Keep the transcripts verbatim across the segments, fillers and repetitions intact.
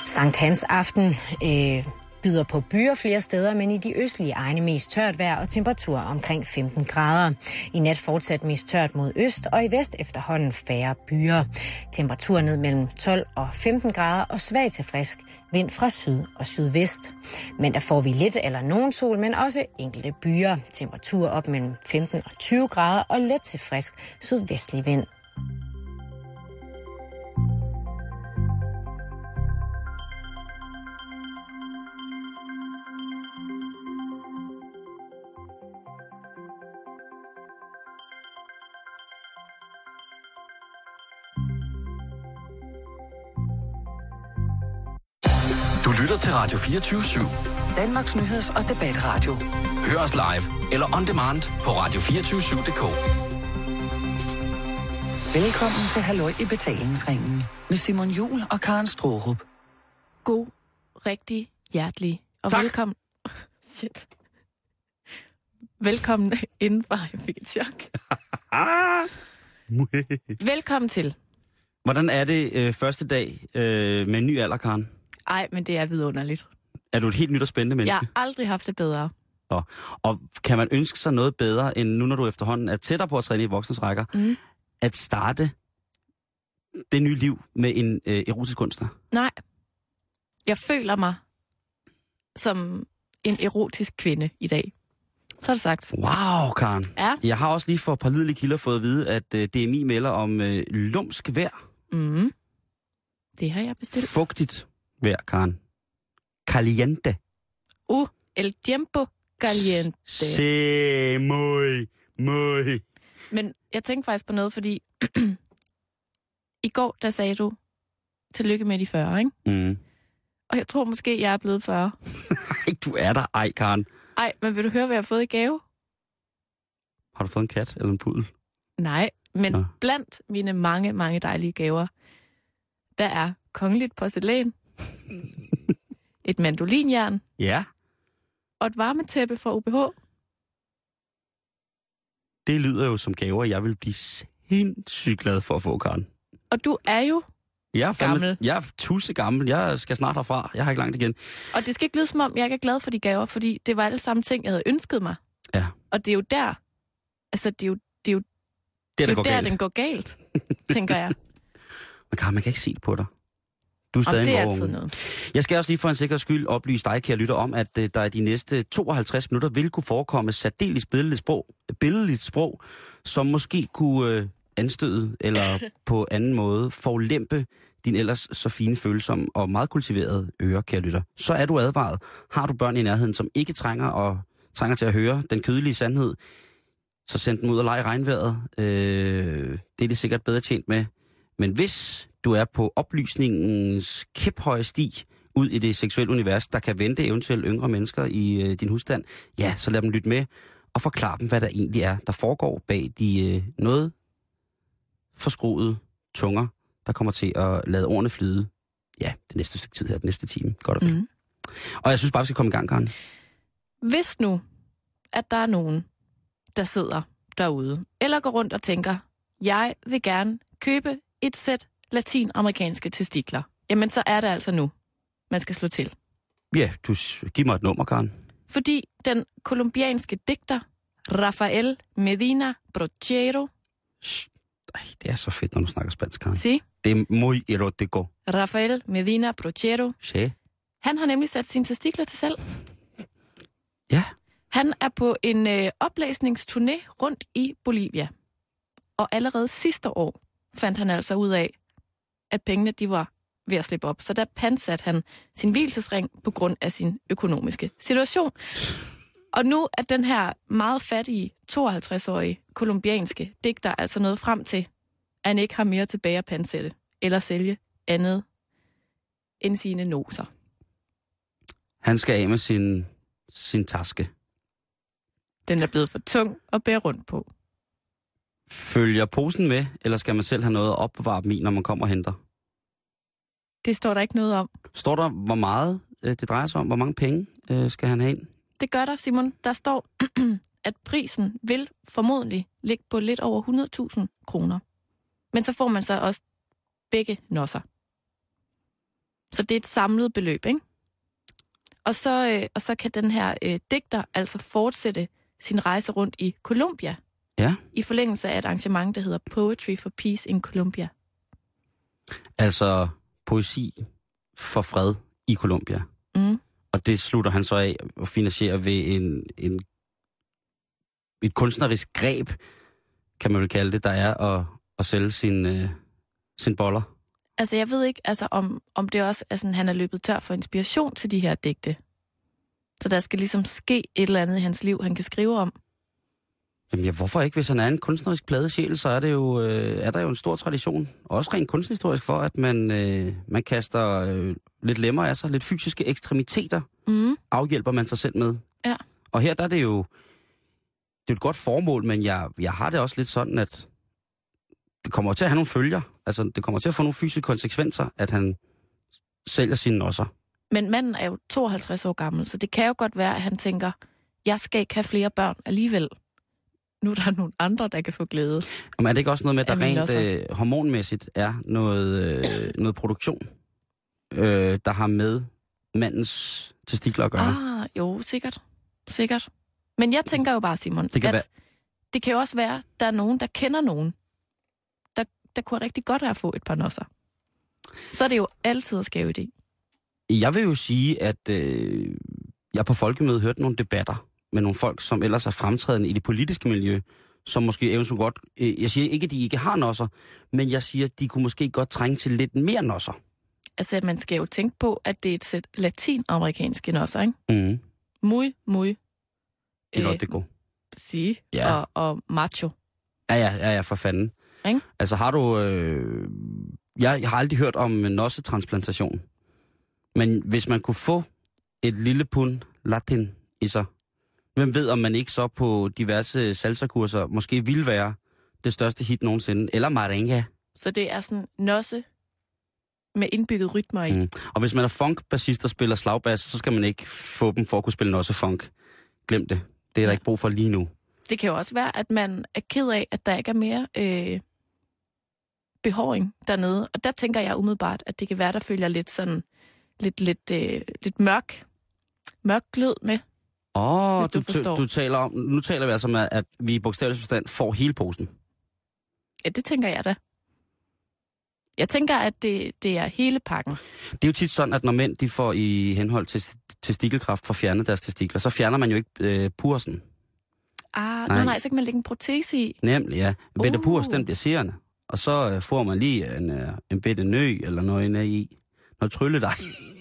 Sankt Hans aften øh, byder på byer flere steder, men i de østlige egne mest tørt vejr og temperatur omkring femten grader. I nat fortsat mest tørt mod øst, og i vest efterhånden færre byer. Temperatur ned mellem tolv og femten grader og svag til frisk vind fra syd og sydvest. Men der får vi lidt eller nogen sol, men også enkelte byer. Temperatur op mellem femten og tyve grader og let til frisk sydvestlig vind. Du lytter til Radio fireogtyve syv. Danmarks nyheds- og debatradio. Hør os live eller on demand på radio to fire syv punktum d k. Velkommen til Halløj i betalingsringen med Simon Juhl og Karen Straarup. God, rigtig, hjertelig og tak. Velkommen. Shit. Velkommen indenfor. Jeg fik et chok. Velkommen til. Hvordan er det øh, første dag øh, med en ny alder, Karen? Ej, men det er vidunderligt. Er du et helt nyt og spændende menneske? Jeg har aldrig haft det bedre. Og, og kan man ønske sig noget bedre, end nu, når du efterhånden er tættere på at træne i voksnes rækker, mm. at starte det nye liv med en øh, erotisk kunstner? Nej. Jeg føler mig som en erotisk kvinde i dag. Så er det sagt. Wow, Karen. Ja. Jeg har også lige for et par lidelige kilder fået at vide, at øh, D M I melder om øh, lumsk vejr. Mm. Det har jeg bestilt. Fugtigt vejr, Karen. Caliente. Uh, el tiempo caliente. Se muy, muy. Men jeg tænkte faktisk på noget, fordi i går, der sagde du, tillykke med de fyrre, ikke? Mm. Og jeg tror måske, jeg er blevet fyrre. Ej, du er der. Ej, Karen. Ej, men vil du høre, hvad jeg har fået i gave? Har du fået en kat eller en puddel? Nej, men Nå. blandt mine mange, mange dejlige gaver, der er kongeligt porcelæn, et mandolinjern Ja. og et varmetæppe fra U B H. Det lyder jo som gaver, jeg vil blive sindssygt glad for at få, Karen. Og du er jo, Jeg er fandme, Gammel. Jeg er tusse gammel. Jeg skal snart herfra. Jeg har ikke langt igen. og det skal ikke lyde som om, jeg ikke er glad for de gaver, fordi det var alle sammen ting, jeg havde ønsket mig. Ja. Og det er jo der, altså det er jo, det er jo, Det det er er der jo går der, galt. den går galt, tænker jeg. Men Karen, man kan ikke se det på dig. Du er Og stadig det er en altid vågen. noget. Jeg skal også lige for en sikker skyld oplyse dig, kære lytter, om, at uh, der i de næste tooghalvtreds minutter vil kunne forekomme særdeles billedligt sprog, billedligt sprog, som måske kunne uh, anstøde eller på anden måde forlempe din ellers så fine, følsomme og meget kultiverede øre, kære lytter. Så er du advaret. Har du børn i nærheden, som ikke trænger, og, trænger til at høre den kødelige sandhed, så send dem ud og lege i regnvejret. Øh, det er det sikkert bedre tjent med. Men hvis du er på oplysningens kæphøje sti ud i det seksuelle univers, der kan vente eventuelt yngre mennesker i øh, din husstand, ja, så lad dem lytte med og forklar dem, hvad der egentlig er, der foregår bag de øh, noget forskruede tunger, der kommer til at lade ordene flyde. Ja, det næste stykke tid her, det næste time. Godt og vel. Mm. Og jeg synes bare, vi skal komme i gang, Karen. Hvis nu, at der er nogen, der sidder derude, eller går rundt og tænker, jeg vil gerne købe et sæt latinamerikanske testikler, jamen så er det altså nu, man skal slå til. Ja, du giv mig et nummer, Karen. Fordi den kolumbianske digter, Rafael Medina Brochero, Ej, det er så fedt, når du snakker spansk, Karen. si, Det er muy erotico. Rafael Medina Brochero, Sí. han har nemlig sat sine testikler til salg. Ja. Han er på en øh, oplæsningsturné rundt i Bolivia. Og allerede sidste år fandt han altså ud af, at pengene de var ved at slippe op. Så der pantsatte han sin hvilesesring på grund af sin økonomiske situation. Og nu er den her meget fattige tooghalvtreds-årige kolumbianske digter altså nået frem til, at han ikke har mere tilbage at pantsætte eller sælge andet end sine noser. Han skal af med sin, sin taske. Den er blevet for tung at bære rundt på. Følger posen med, eller skal man selv have noget at opbevare dem i, når man kommer og henter? Det står der ikke noget om. Står der, hvor meget øh, det drejer sig om? Hvor mange penge øh, skal han have ind? Det gør der, Simon. Der står, at prisen vil formodentlig ligge på lidt over hundrede tusind kroner. Men så får man så også begge nosser. Så det er et samlet beløb, ikke? Og så, øh, og så kan den her øh, digter altså fortsætte sin rejse rundt i Colombia. Ja. I forlængelse af et arrangement, der hedder Poetry for Peace in Colombia. Altså poesi for fred i Colombia. Mm. Og det slutter han så af og finansierer ved en, en, et kunstnerisk greb, kan man vel kalde det, der er at, at sælge sin, øh, sin boller. Altså, jeg ved ikke, altså, om, om det også er sådan, han er løbet tør for inspiration til de her digte. Så der skal ligesom ske et eller andet i hans liv, han kan skrive om. Jamen ja, hvorfor ikke? Hvis han er en kunstnerisk pladesjæl, så er, det jo, øh, er der jo en stor tradition, også rent kunsthistorisk, for at man, øh, man kaster øh, lidt lemmer af sig, lidt fysiske ekstremiteter, Mm. afhjælper man sig selv med. Ja. Og her der er det jo, det er et godt formål, men jeg, jeg har det også lidt sådan, at det kommer til at have nogle følger. Altså, det kommer til at få nogle fysiske konsekvenser, at han sælger sine nosser. Men manden er jo tooghalvtreds år gammel, så det kan jo godt være, at han tænker, jeg skal ikke have flere børn alligevel. Nu er der nogle andre, der kan få glæde. Men er det ikke også noget med, at der Af mine rent øh, hormonmæssigt er noget, øh, noget produktion, øh, der har med mandens testikler at gøre? Ah, jo, sikkert. Sikkert. Men jeg tænker jo bare, Simon, Det kan at være- det kan jo også være, at der er nogen, der kender nogen, der, der kunne rigtig godt have få et par nosser. Så er det jo altid at skæve idé. Jeg vil jo sige, at øh, jeg på folkemødet hørte nogle debatter med nogle folk, som ellers er fremtrædende i det politiske miljø, som måske eventuelt godt... Øh, jeg siger ikke, at de ikke har nosser, men jeg siger, at de kunne måske godt trænge til lidt mere nosser. Altså, man skal jo tænke på, at det er et sæt latinamerikanske nosser, ikke? Mm. Muy, muy... Det er godt, det går. sige, Ja. og, og macho. Ja, ja, ja, ja, for fanden. Ikke? Altså har du... Øh, jeg, jeg har aldrig hørt om nossetransplantation. Men hvis man kunne få et lille pund latin i sig, hvem ved, om man ikke så på diverse salsa-kurser måske ville være det største hit nogensinde, eller merengue. Så det er sådan nosse med indbygget rytmer i. Mm. Og hvis man er funk-bassist og spiller slagbass, så skal man ikke få dem for at kunne spille nosse-funk. Glem det. Det er der Ja. ikke brug for lige nu. Det kan jo også være, at man er ked af, at der ikke er mere øh, behåring dernede. Og der tænker jeg umiddelbart, at det kan være, der følger lidt sådan lidt, lidt, øh, lidt mørk, mørk glød med. Åh, oh, Hvis du du, forstår. du taler om, nu taler vi altså om, at vi i bogstavelig forstand får hele posen. Ja, det tænker jeg da. Jeg tænker, at det, det er hele pakken. Det er jo tit sådan, at når mænd de får i henhold til testikelkræft for fjernet deres testikler, så fjerner man jo ikke øh, pursen. Ah, Nej. nej. nej, så kan man lægge en protese i. Nemlig, ja. Bette Uh. purs, den bliver seerne. Og så øh, får man lige en, øh, en bitte nø eller noget inde i. Noget trylledej.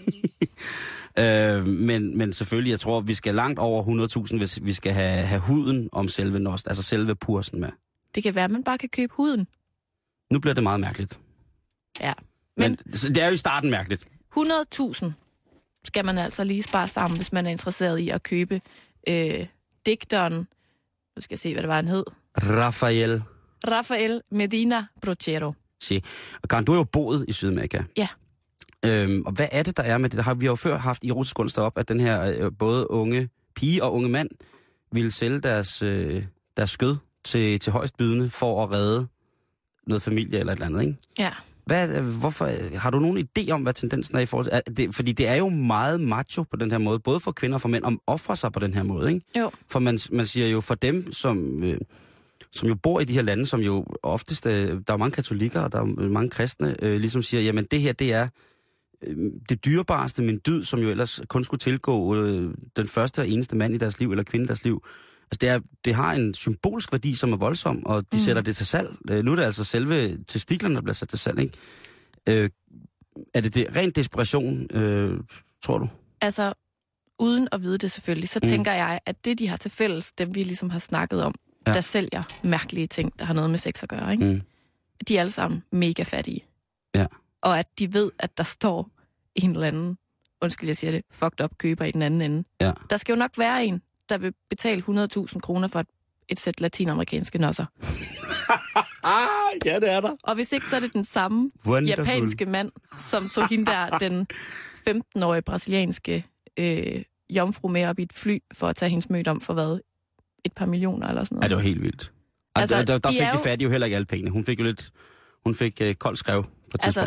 øh, men, men selvfølgelig, jeg tror, vi skal langt over hundrede tusind, hvis vi skal have, have huden om selve nost, altså selve pursen med. Det kan være, at man bare kan købe huden. Nu bliver det meget mærkeligt. Ja. Men, Men men det er jo i starten mærkeligt. hundrede tusind skal man altså lige spare sammen, hvis man er interesseret i at købe øh, digteren. Nu skal jeg se, hvad det var, han hed. Rafael. Rafael Medina Brochero. Se. Og Karen, du har jo boet i Sydamerika. Ja. Øhm, og hvad er det, der er med det? Der har vi har jo før haft i Erotisk Kunst op, at den her øh, både unge pige og unge mand ville sælge deres, øh, deres skød til, til højstbydende for at redde noget familie eller et eller andet, ikke? Ja. Hvad, øh, hvorfor, har du nogen idé om, hvad tendensen er i forhold til? Er det, fordi det er jo meget macho på den her måde, både for kvinder og for mænd, om ofre sig på den her måde, ikke? Jo. For man, man siger jo, for dem, som, øh, som jo bor i de her lande, som jo oftest, øh, der er mange katolikker, og der er mange kristne, øh, ligesom siger, jamen det her, det er øh, det dyrebareste, min dyd, som jo ellers kun skulle tilgå øh, den første og eneste mand i deres liv, eller kvinde i deres liv. Altså det, er, det har en symbolsk værdi, som er voldsom, og de mm. sætter det til salg. Øh, nu er det altså selve testiklerne, der bliver sat til salg, ikke? Øh, er det, det ren desperation, øh, tror du? Altså, uden at vide det selvfølgelig, så Mm. mm. tænker jeg, at det, de har til fælles, dem vi ligesom har snakket om, Ja. ja. der sælger mærkelige ting, der har noget med sex at gøre, ikke? Mm. De er alle sammen mega fattige. Ja. Og at de ved, at der står en eller anden, undskyld, jeg siger det, fucked up køber i den anden ende. Ja. Der skal jo nok være en, der vil betale hundrede tusind kroner for et, et sæt latinamerikanske nosser. Ah, ja, det er der. Og hvis ikke, så er det den samme Wonderful. japanske mand, som tog hende der, den femten-årige brasilianske øh, jomfru med op i et fly, for at tage hendes møde om for hvad? Et par millioner eller sådan noget. Ja, det var helt vildt. Og Altså, der, der, der de fik er de jo- fattige jo heller ikke alle pengene. Hun fik jo lidt... Hun fik øh, koldt skrev på et Altså, tidspunkt, ikke?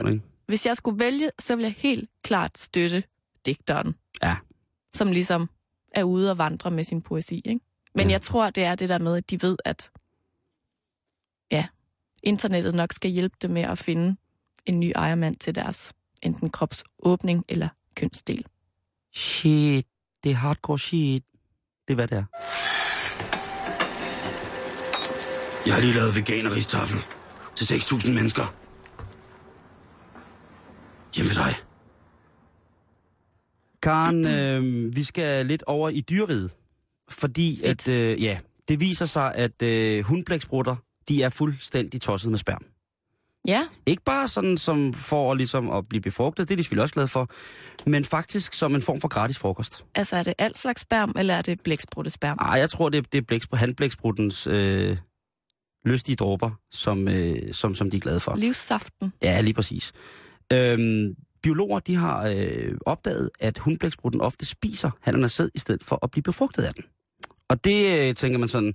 hvis jeg skulle vælge, så ville jeg helt klart støtte digteren. Ja. Som ligesom er ude og vandre med sin poesi, ikke? Men ja. Jeg tror, det er det der med, at de ved, at ja, internettet nok skal hjælpe dem med at finde en ny ejermand til deres enten kropsåbning eller kønsdel. Shit, det er hardcore shit. Det er, hvad det er. Jeg har lige lavet veganer-ristaffel til seks tusind mennesker. Hjemme ved dig. Karen, øh, vi skal lidt over i dyreriget. Fordi Fedt. at, øh, ja, det viser sig, at øh, hundblæksprutter, de er fuldstændig tosset med sperm. Ja. Ikke bare sådan som for ligesom at blive befrugtet, det er de selvfølgelig også glade for, men faktisk som en form for gratis frokost. Altså er det alt slags sperm, eller er det blæksprutesperm? Nej, jeg tror, det er, det er blæks, handblækspruttens øh, lystige dråber, som, øh, som, som de er glade for. Livssaften. Ja, lige præcis. Øhm, biologer, de har øh, opdaget, at hundblæksprutten ofte spiser hannens sæd, i stedet for at blive befrugtet af den. Og det øh, tænker man sådan,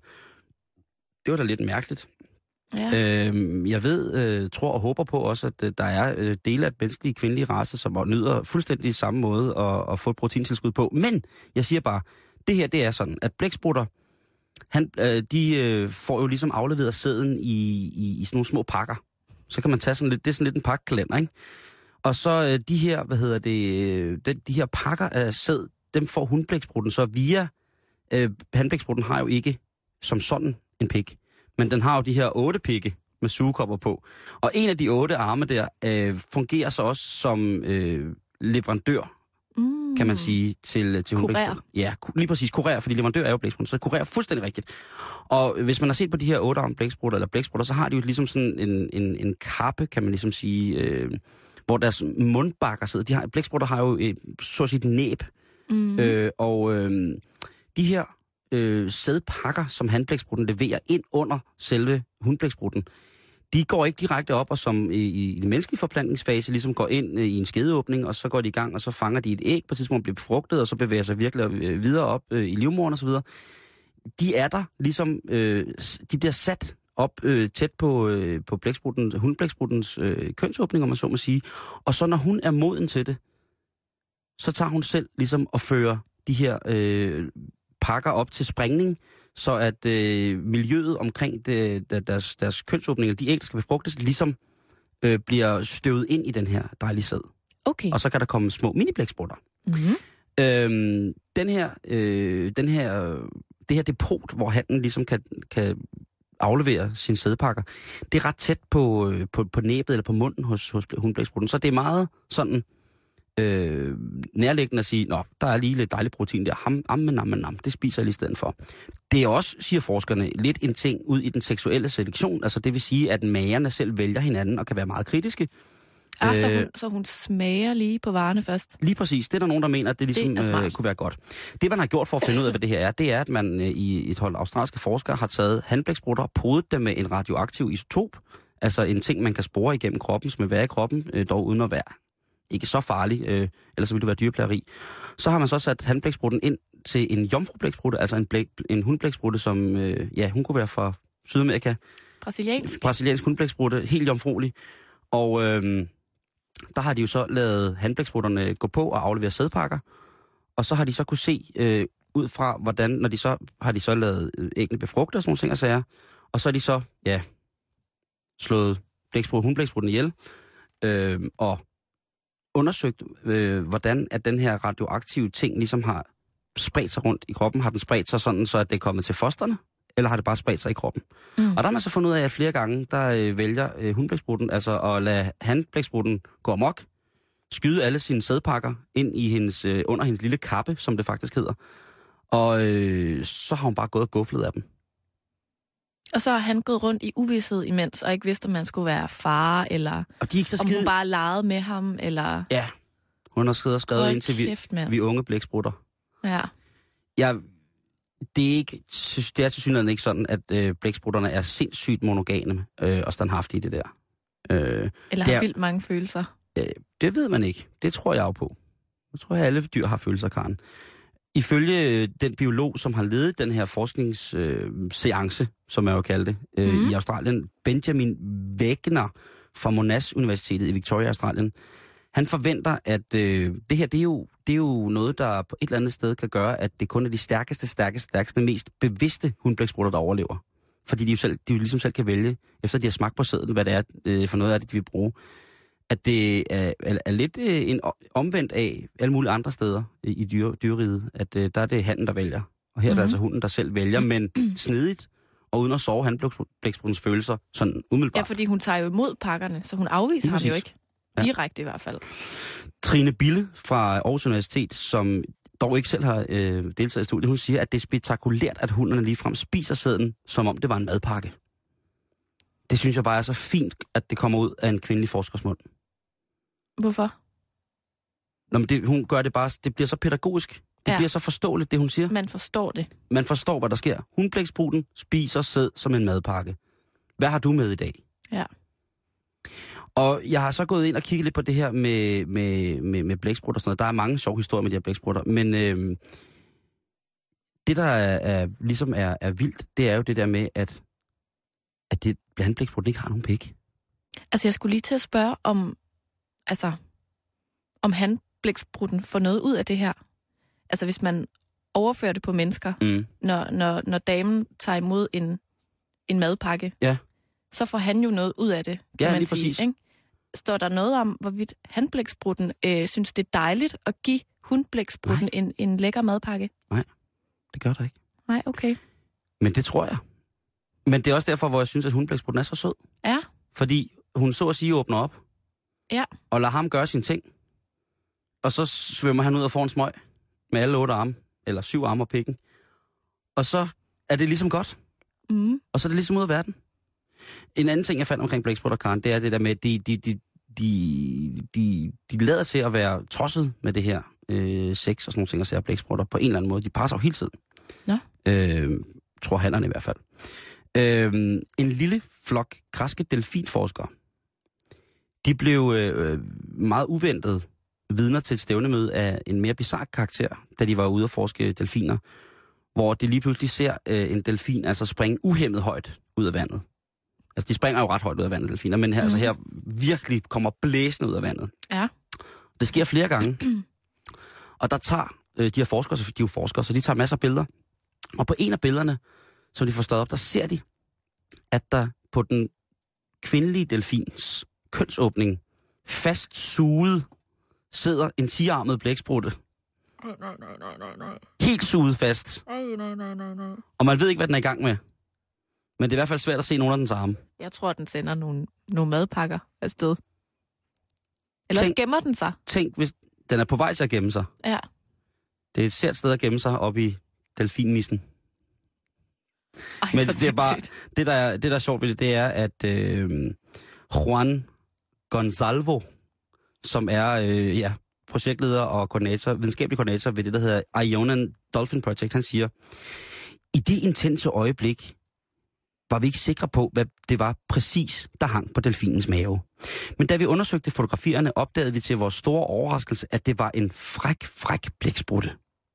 det var da lidt mærkeligt. Ja. Øhm, jeg ved, øh, tror og håber på også, at øh, der er øh, dele af den menneskelige kvindelige race, som nyder fuldstændig samme måde at, at få et proteintilskud på. Men jeg siger bare, det her det er sådan, at blæksprutter, han, øh, de øh, får jo ligesom afleveret sæden i, i, i sådan nogle små pakker. Så kan man tage sådan lidt, det er sådan lidt en pakkekalender, ikke? Og så øh, de her, hvad hedder det, øh, de, de her pakker af sæd, dem får hundblæksprutten så via, øh, handblæksprutten har jo ikke som sådan en pik. Men den har jo de her otte pikke med sugekopper på. Og en af de otte arme der øh, fungerer så også som øh, leverandør, mm. kan man sige, til, til hundblæksprutten. Ja, lige præcis. Kurer, fordi leverandør er jo blæksprutten, så kurer fuldstændig rigtigt. Og hvis man har set på de her otte arme blæksprutter, eller blæksprutter, så har de jo ligesom sådan en, en, en kappe, kan man ligesom sige, øh, hvor deres mundbakker sidder. De har, blæksprutter har jo et, så at sige et næb. Mm. Øh, og øh, de her Øh, sædpakker, som handblæksprutten leverer ind under selve hundblæksprutten, de går ikke direkte op, og som i, i den menneskelige forplantningsfase ligesom går ind øh, i en skedeåbning, og så går de i gang, og så fanger de et æg, på et tidspunkt bliver befrugtet, og så bevæger sig virkelig øh, videre op øh, i livmoderen osv. De er der ligesom, øh, de bliver sat op øh, tæt på, øh, på blæksprutten, hundblækspruttens øh, kønsåbning, om man så må sige, og så når hun er moden til det, så tager hun selv ligesom og fører de her øh, pakker op til sprængning, så at øh, miljøet omkring det, der, deres, deres kønsåbninger, de æg, der skal befrugtes, ligesom øh, bliver støvet ind i den her dejlige sæd. Okay. Og så kan der komme små mini-blæksprutter. Mm-hmm. Øhm, den her, øh, den her, det her depot, hvor hannen ligesom kan, kan aflevere sine sædpakker, det er ret tæt på, på, på næbet eller på munden hos, hos hundblæksprutten. Så det er meget sådan Øh, nærliggende at sige, nå, der er lige lidt dejligt protein der, ham, amme, namme, nam, det spiser jeg lige i stedet for. Det er også, siger forskerne, lidt en ting ud i den seksuelle selektion, altså det vil sige, at magerne selv vælger hinanden og kan være meget kritiske. Ah, øh, så, hun, så hun smager lige på varerne først? Lige præcis, det er der nogen, der mener, at det ligesom det øh, kunne være godt. Det, man har gjort for at finde ud af, hvad det her er, det er, at man øh, i et hold australske forskere har taget handblæksprutter og podet dem med en radioaktiv isotop, altså en ting, man kan spore igennem kroppen, som vil være i kroppen, øh, dog uden at være ikke så farlig, øh, ellers ville det være dyreplageri. Så har man så sat handblæksprutten ind til en jomfrublæksprutte, altså en, blæk, en hundblæksprutte, som, øh, ja, hun kunne være fra Sydamerika. Brasiliansk. Brasiliansk hundblæksprutte, helt jomfruelig. Og øh, der har de jo så lavet handblæksprutterne gå på og aflevere sædpakker. Og så har de så kunne se øh, ud fra, hvordan, når de så har de så lavet æggene befrugtet og sådan nogle ting og sager. Og så har de så, ja, slået hundblæksprutten ihjel. Øh, og undersøgt, øh, hvordan at den her radioaktive ting ligesom har spredt sig rundt i kroppen. Har den spredt sig sådan, så at det er kommet til fosterne, eller har det bare spredt sig i kroppen? Mm. Og der har man så fundet ud af, at flere gange, der øh, vælger øh, hundblæksprutten, altså at lade handblæksprutten gå amok, skyde alle sine sædpakker ind i hendes, øh, under hendes lille kappe, som det faktisk hedder. Og øh, så har hun bare gået og guflet af dem. Og så har han gået rundt i uvished imens, og ikke vidste, om man skulle være far, eller og de er ikke så om skide... hun bare legede med ham, eller... Ja, hun har skrevet og skrevet ind til vi, vi unge blæksprutter. Ja. Jeg, det er ikke, det er tilsyneladende ikke sådan, at øh, blæksprutterne er sindssygt monogame øh, og standhaftige i det der. Øh, eller har vildt mange følelser. Øh, det ved man ikke. Det tror jeg jo på. Jeg tror, at alle dyr har følelser, Karen. Ifølge den biolog, som har ledet den her forskningsseance, øh, som jeg jo kalder det, øh, mm. i Australien, Benjamin Wegner fra Monash Universitetet i Victoria, Australien. Han forventer, at øh, det her, det er, jo, det er jo noget, der på et eller andet sted kan gøre, at det kun er de stærkeste, stærkeste, stærkeste, mest bevidste hundblæksprutter, der overlever. Fordi de jo, selv, de jo ligesom selv kan vælge, efter de har smagt på sæden, hvad det er øh, for noget af det, de vil bruge. At det er, er, er lidt øh, en omvendt af alle mulige andre steder i, i dyre, dyreriget, at øh, der er det handen, der vælger. Og her mm-hmm. er det altså hunden, der selv vælger, men snedigt, og uden at sove handblækspruttens følelser, sådan umiddelbart. Ja, fordi hun tager jo imod pakkerne, så hun afviser ham jo ikke. Direkte ja. I hvert fald. Trine Bille fra Aarhus Universitet, som dog ikke selv har øh, deltaget i studiet, hun siger, at det er spektakulært, at hunderne ligefrem spiser sæden, som om det var en madpakke. Det synes jeg bare er så fint, at det kommer ud af en kvindelig forskers mund. Hvorfor? Nå, men det, hun gør det bare, det bliver så pædagogisk. Det ja. bliver så forståeligt, det hun siger. Man forstår det. Man forstår, hvad der sker. Hundblæksprutten spiser sæd som en madpakke. Hvad har du med i dag? Ja. Og jeg har så gået ind og kigget lidt på det her med, med, med, med blæksprutter og sådan noget. Der er mange sjove historier med de her blæksprutter, men øh, det, der er, er, ligesom er, er vildt, det er jo det der med, at, at det blandt blæksprutten ikke har nogen pik. Altså, jeg skulle lige til at spørge, om, altså, om han, blæksprutten, får noget ud af det her. Altså, hvis man overfører det på mennesker, mm. når, når, når damen tager imod en, en madpakke, ja. Så får han jo noget ud af det, kan ja, man lige sige. Præcis. Ikke? Står der noget om, hvorvidt handblæksprutten øh, synes, det er dejligt at give hundblæksprutten en, en lækker madpakke? Nej, det gør der ikke. Nej, okay. Men det tror jeg. Men det er også derfor, hvor jeg synes, at hundblæksprutten er så sød. Ja. Fordi hun så at sige åbner op. Ja. Og lader ham gøre sine ting. Og så svømmer han ud og får en smøg med alle otte arme, eller syv arme og pikken. Og så er det ligesom godt. Mm. Og så er det ligesom ud af verden. En anden ting, jeg fandt omkring blæksprutter, Karen, det er det der med, at de, de, de, de, de, de lader til at være tosset med det her øh, sex og sådan nogle ting, at se blæksprutter på en eller anden måde. De passer jo hele tiden. Nå. Øh, tror hannerne i hvert fald. Øh, en lille flok græske delfinforskere, de blev øh, meget uventet vidner til et stævnemøde af en mere bizarre karakter, da de var ude at forske delfiner, hvor de lige pludselig ser øh, en delfin altså springe uhæmmet højt ud af vandet. Altså, de springer jo ret højt ud af vandet, delfiner, men her, mm. altså, her virkelig kommer blæsende ud af vandet. Ja. Det sker flere gange. Og der tager øh, de her forskere, de er jo forskere, så de tager masser af billeder. Og på en af billederne, som de får stået op, der ser de, at der på den kvindelige delfins kønsåbning fast suget sidder en ti-armet blæksprutte. Nej, nej, nej, nej, nej. Helt suget fast. Nej, nej, nej, nej, nej. Og man ved ikke, hvad den er i gang med. Men det er i hvert fald svært at se nogen af dens arme. Jeg tror, den sender nogle, nogle madpakker afsted. Ellers tænk, gemmer den sig. Tænk, hvis den er på vej til at gemme sig. Ja. Det er et sært sted at gemme sig oppe i delfinmissen. Ej, men det er bare det der er, det der er sjovt ved det, det er at øh, Juan Gonzalvo, som er øh, ja, projektleder og koordinator, videnskabelig koordinator ved det, der hedder Ionian Dolphin Project, han siger, i det intense øjeblik var vi ikke sikre på, hvad det var præcis, der hang på delfinens mave. Men da vi undersøgte fotografierne, opdagede vi til vores store overraskelse, at det var en fræk, fræk blæksprutte.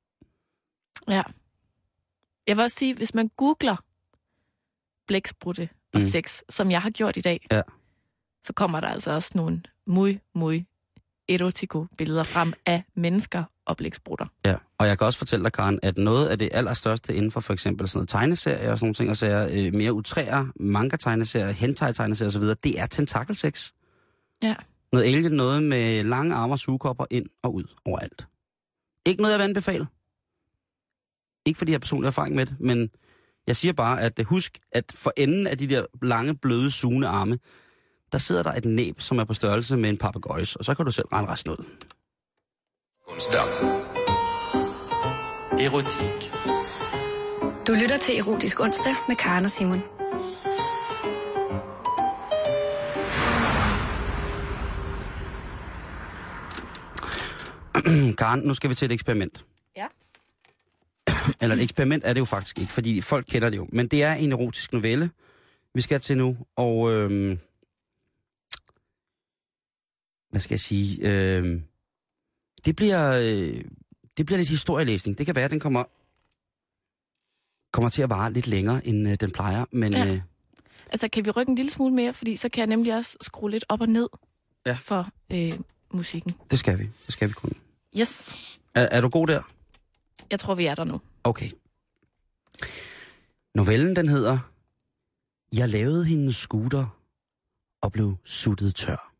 Ja. Jeg vil også sige, hvis man googler blæksprutte og mm. sex, som jeg har gjort i dag, ja. så kommer der altså også nogle muy, muy erotiko-billeder frem af mennesker og blæksprutter. Ja, og jeg kan også fortælle dig, Karen, at noget af det allerstørste inden for for eksempel sådan noget tegneserier og sådan nogle ting, og sager, øh, mere utræer, manga-tegneserier, hentai-tegneserier osv., det er tentakelsex. Ja. Noget alien, noget med lange arme og sugekopper ind og ud overalt. Ikke noget, jeg vil anbefale. Ikke fordi jeg har personlig erfaring med det, men jeg siger bare, at husk, at for enden af de der lange, bløde, sugende arme, der sidder der et næb, som er på størrelse med en papegøjes, og så kan du selv regne resten ud. Onsdag. Erotik. Du lytter til Erotisk Onsdag med Karen og Simon. Karen, nu skal vi til et eksperiment. Ja. Eller et eksperiment er det jo faktisk ikke, fordi folk kender det jo. Men det er en erotisk novelle, vi skal til nu, og øhm, hvad skal jeg sige? Øhm, det bliver øh, det bliver lidt historielæsning. Det kan være, at den kommer kommer til at vare lidt længere, end øh, den plejer. Men ja. øh, Altså, kan vi rykke en lille smule mere? Fordi så kan jeg nemlig også skrue lidt op og ned ja. for øh, musikken. Det skal vi. Det skal vi kunne. Yes. Er, er du god der? Jeg tror, vi er der nu. Okay. Novellen, den hedder Jeg lavede hendes scooter og blev suttet tør.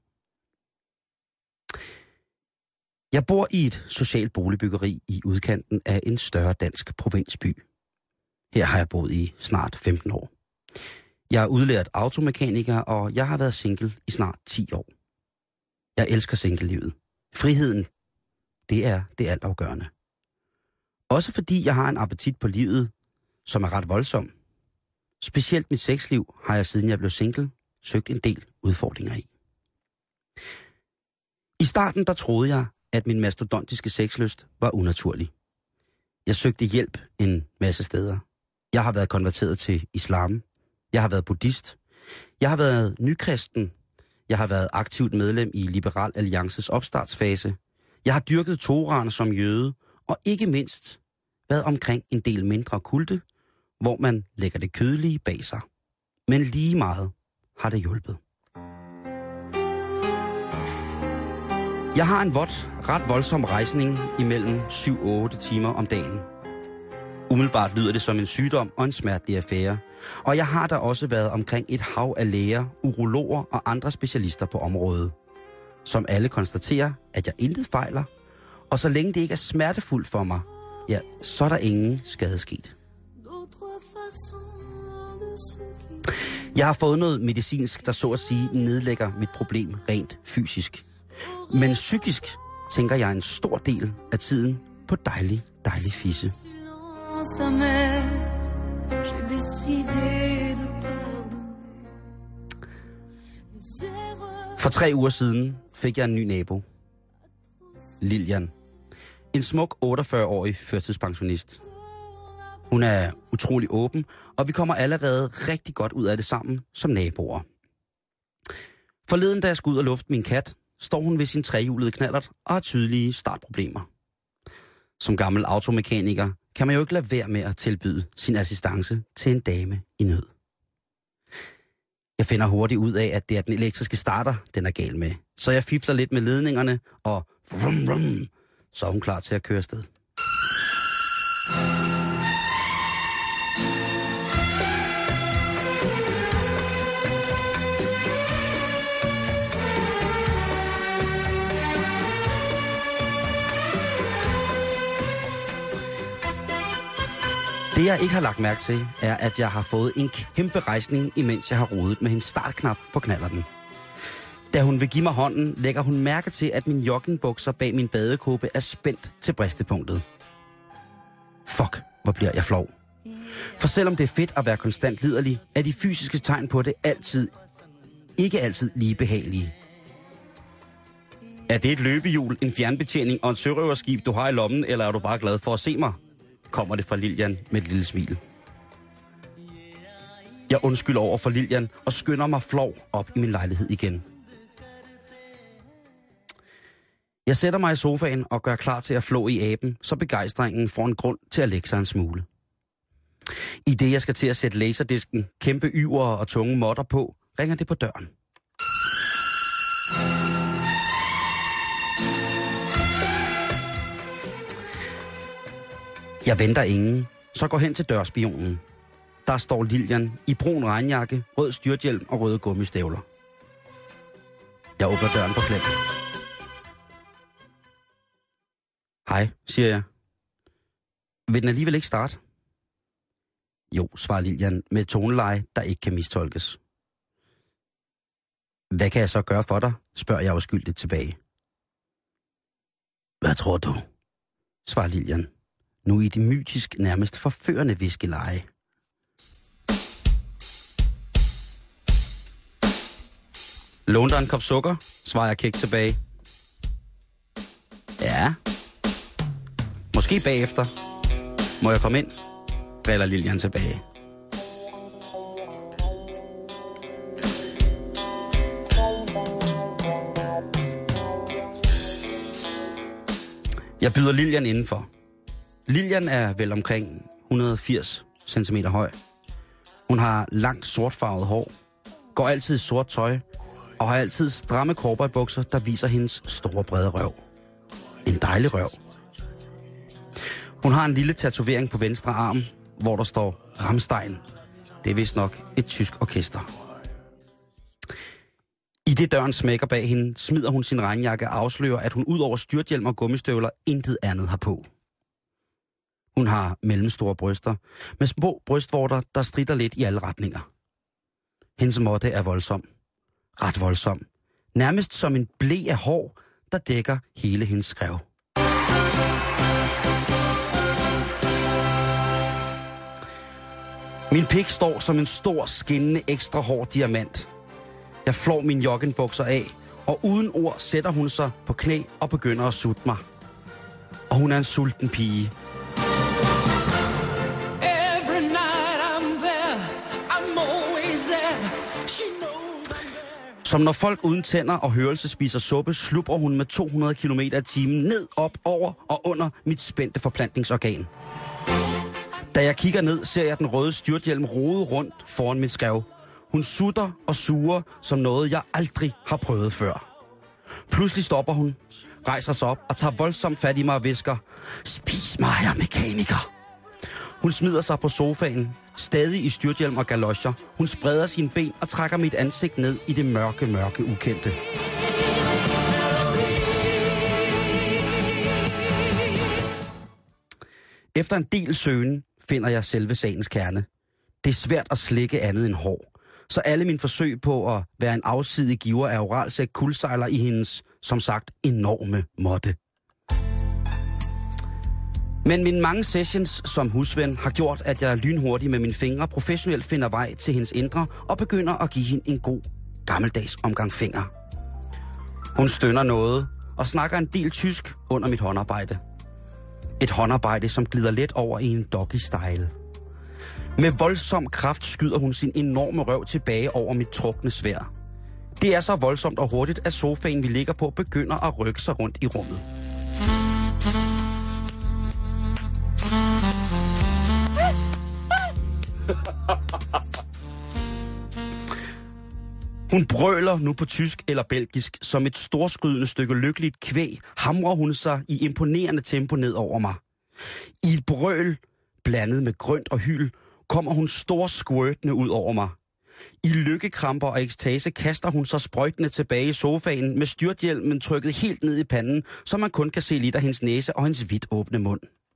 Jeg bor i et socialt boligbyggeri i udkanten af en større dansk provinsby. Her har jeg boet i snart femten år. Jeg er udlært automekaniker, og jeg har været single i snart ti år. Jeg elsker singlelivet. Friheden, det er det altafgørende. Også fordi jeg har en appetit på livet, som er ret voldsom. Specielt mit sexliv har jeg, siden jeg blev single, søgt en del udfordringer i. I starten, der troede jeg, at min mastodontiske sexlyst var unaturlig. Jeg søgte hjælp en masse steder. Jeg har været konverteret til islam. Jeg har været buddhist. Jeg har været nykristen. Jeg har været aktivt medlem i Liberal Alliances opstartsfase. Jeg har dyrket Toraen som jøde, og ikke mindst været omkring en del mindre kulte, hvor man lægger det kødelige bag sig. Men lige meget har det hjulpet. Jeg har en vådt, ret voldsom rejsning imellem syv til otte timer om dagen. Umiddelbart lyder det som en sygdom og en smertelig affære. Og jeg har da også været omkring et hav af læger, urologer og andre specialister på området, som alle konstaterer, at jeg intet fejler, og så længe det ikke er smertefuldt for mig, ja, så er der ingen skade sket. Jeg har fået noget medicinsk, der så at sige nedlægger mit problem rent fysisk. Men psykisk tænker jeg en stor del af tiden på dejlig, dejlig fisse. For tre uger siden fik jeg en ny nabo. Lilian. En smuk otteogfyrre-årig førtidspensionist. Hun er utrolig åben, og vi kommer allerede rigtig godt ud af det sammen som naboer. Forleden, da jeg skulle ud og lufte min kat, står hun ved sin trehjulede knallert og har tydelige startproblemer. Som gammel automekaniker kan man jo ikke lade være med at tilbyde sin assistance til en dame i nød. Jeg finder hurtigt ud af, at det er den elektriske starter, den er gal med. Så jeg fifler lidt med ledningerne, og vrum, vrum, så er hun klar til at køre afsted. Det jeg ikke har lagt mærke til, er, at jeg har fået en kæmpe rejsning, imens jeg har rodet med hendes startknap på knallerten. Da hun vil give mig hånden, lægger hun mærke til, at min joggingbukser bag min badekåbe er spændt til bristepunktet. Fuck, hvor bliver jeg flov. For selvom det er fedt at være konstant liderlig, er de fysiske tegn på det altid, ikke altid lige behagelige. Er det et løbehjul, en fjernbetjening og en sørøverskib, du har i lommen, eller er du bare glad for at se mig? Kommer det fra Lilian med et lille smil. Jeg undskylder over for Lilian og skynder mig flov op i min lejlighed igen. Jeg sætter mig i sofaen og gør klar til at flå i aben, så begejstringen får en grund til at lægge sig en smule. I det jeg skal til at sætte laserdisken, kæmpe yver og tunge måtter på, ringer det på døren. Jeg venter ingen, så går hen til dørspionen. Der står Lilian i brun regnjakke, rød styrthjelm og røde gummistøvler. Jeg åbner døren på klem. Hej, siger jeg. Vil den alligevel ikke starte? Jo, svarer Lilian med et toneleje, der ikke kan mistolkes. Hvad kan jeg så gøre for dig, spørger jeg uskyldigt tilbage. Hvad tror du? Svarer Lilian. Nu i det mytisk, nærmest forførende viskeleje. Lån dig en kop sukker, svarer jeg kækt tilbage. Ja. Måske bagefter. Må jeg komme ind? Driller Lilian tilbage. Jeg byder Lilian indenfor. Lilian er vel omkring et hundrede og firs centimeter høj. Hun har langt sortfarvet hår, går altid i sort tøj og har altid stramme cowboybukser, der viser hendes store brede røv. En dejlig røv. Hun har en lille tatovering på venstre arm, hvor der står Rammstein. Det er vist nok et tysk orkester. I det døren smækker bag hende, smider hun sin regnjakke og afslører, at hun ud over styrthjelm og gummistøvler intet andet har på. Hun har mellemstore bryster, med små brystvorter, der stritter lidt i alle retninger. Hendes måtte er voldsom. Ret voldsom. Nærmest som en ble af hår, der dækker hele hendes skrev. Min pik står som en stor, skinnende, ekstra hård diamant. Jeg flår mine joggenbukser af, og uden ord sætter hun sig på knæ og begynder at sutte mig. Og hun er en sulten pige. Som når folk uden tænder og hørelse spiser suppe, slupper hun med to hundrede kilometer i timen ned, op, over og under mit spændte forplantningsorgan. Da jeg kigger ned, ser jeg den røde styrthjelm rode rundt foran mit skrev. Hun sutter og suger som noget, jeg aldrig har prøvet før. Pludselig stopper hun, rejser sig op og tager voldsomt fat i mig og hvisker, spis mig, jeg er mekaniker. Hun smider sig på sofaen, stadig i styrthjelm og galocher. Hun spreder sine ben og trækker mit ansigt ned i det mørke, mørke ukendte. Efter en del søgen finder jeg selve sagens kerne. Det er svært at slikke andet end hår. Så alle mine forsøg på at være en afsidig giver af oralsæk kuldsejler i hendes, som sagt, enorme måtte. Men mine mange sessions som husven har gjort, at jeg lynhurtigt med mine fingre professionelt finder vej til hendes indre og begynder at give hende en god, gammeldags omgang fingre. Hun stønner noget og snakker en del tysk under mit håndarbejde. Et håndarbejde, som glider let over i en doggy-style. Med voldsom kraft skyder hun sin enorme røv tilbage over mit trukne sværd. Det er så voldsomt og hurtigt, at sofaen, vi ligger på, begynder at rykke sig rundt i rummet. Hun brøler nu på tysk eller belgisk. Som et storskrydende stykke lykkeligt kvæg hamrer hun sig i imponerende tempo ned over mig. I et brøl, blandet med grønt og hyl, kommer hun stor squirtende ud over mig. I lykkekramper og ekstase kaster hun sig sprøjtende tilbage i sofaen med styrthjelmen trykket helt ned i panden, så man kun kan se lidt af hendes næse og hendes vidt åbne mund.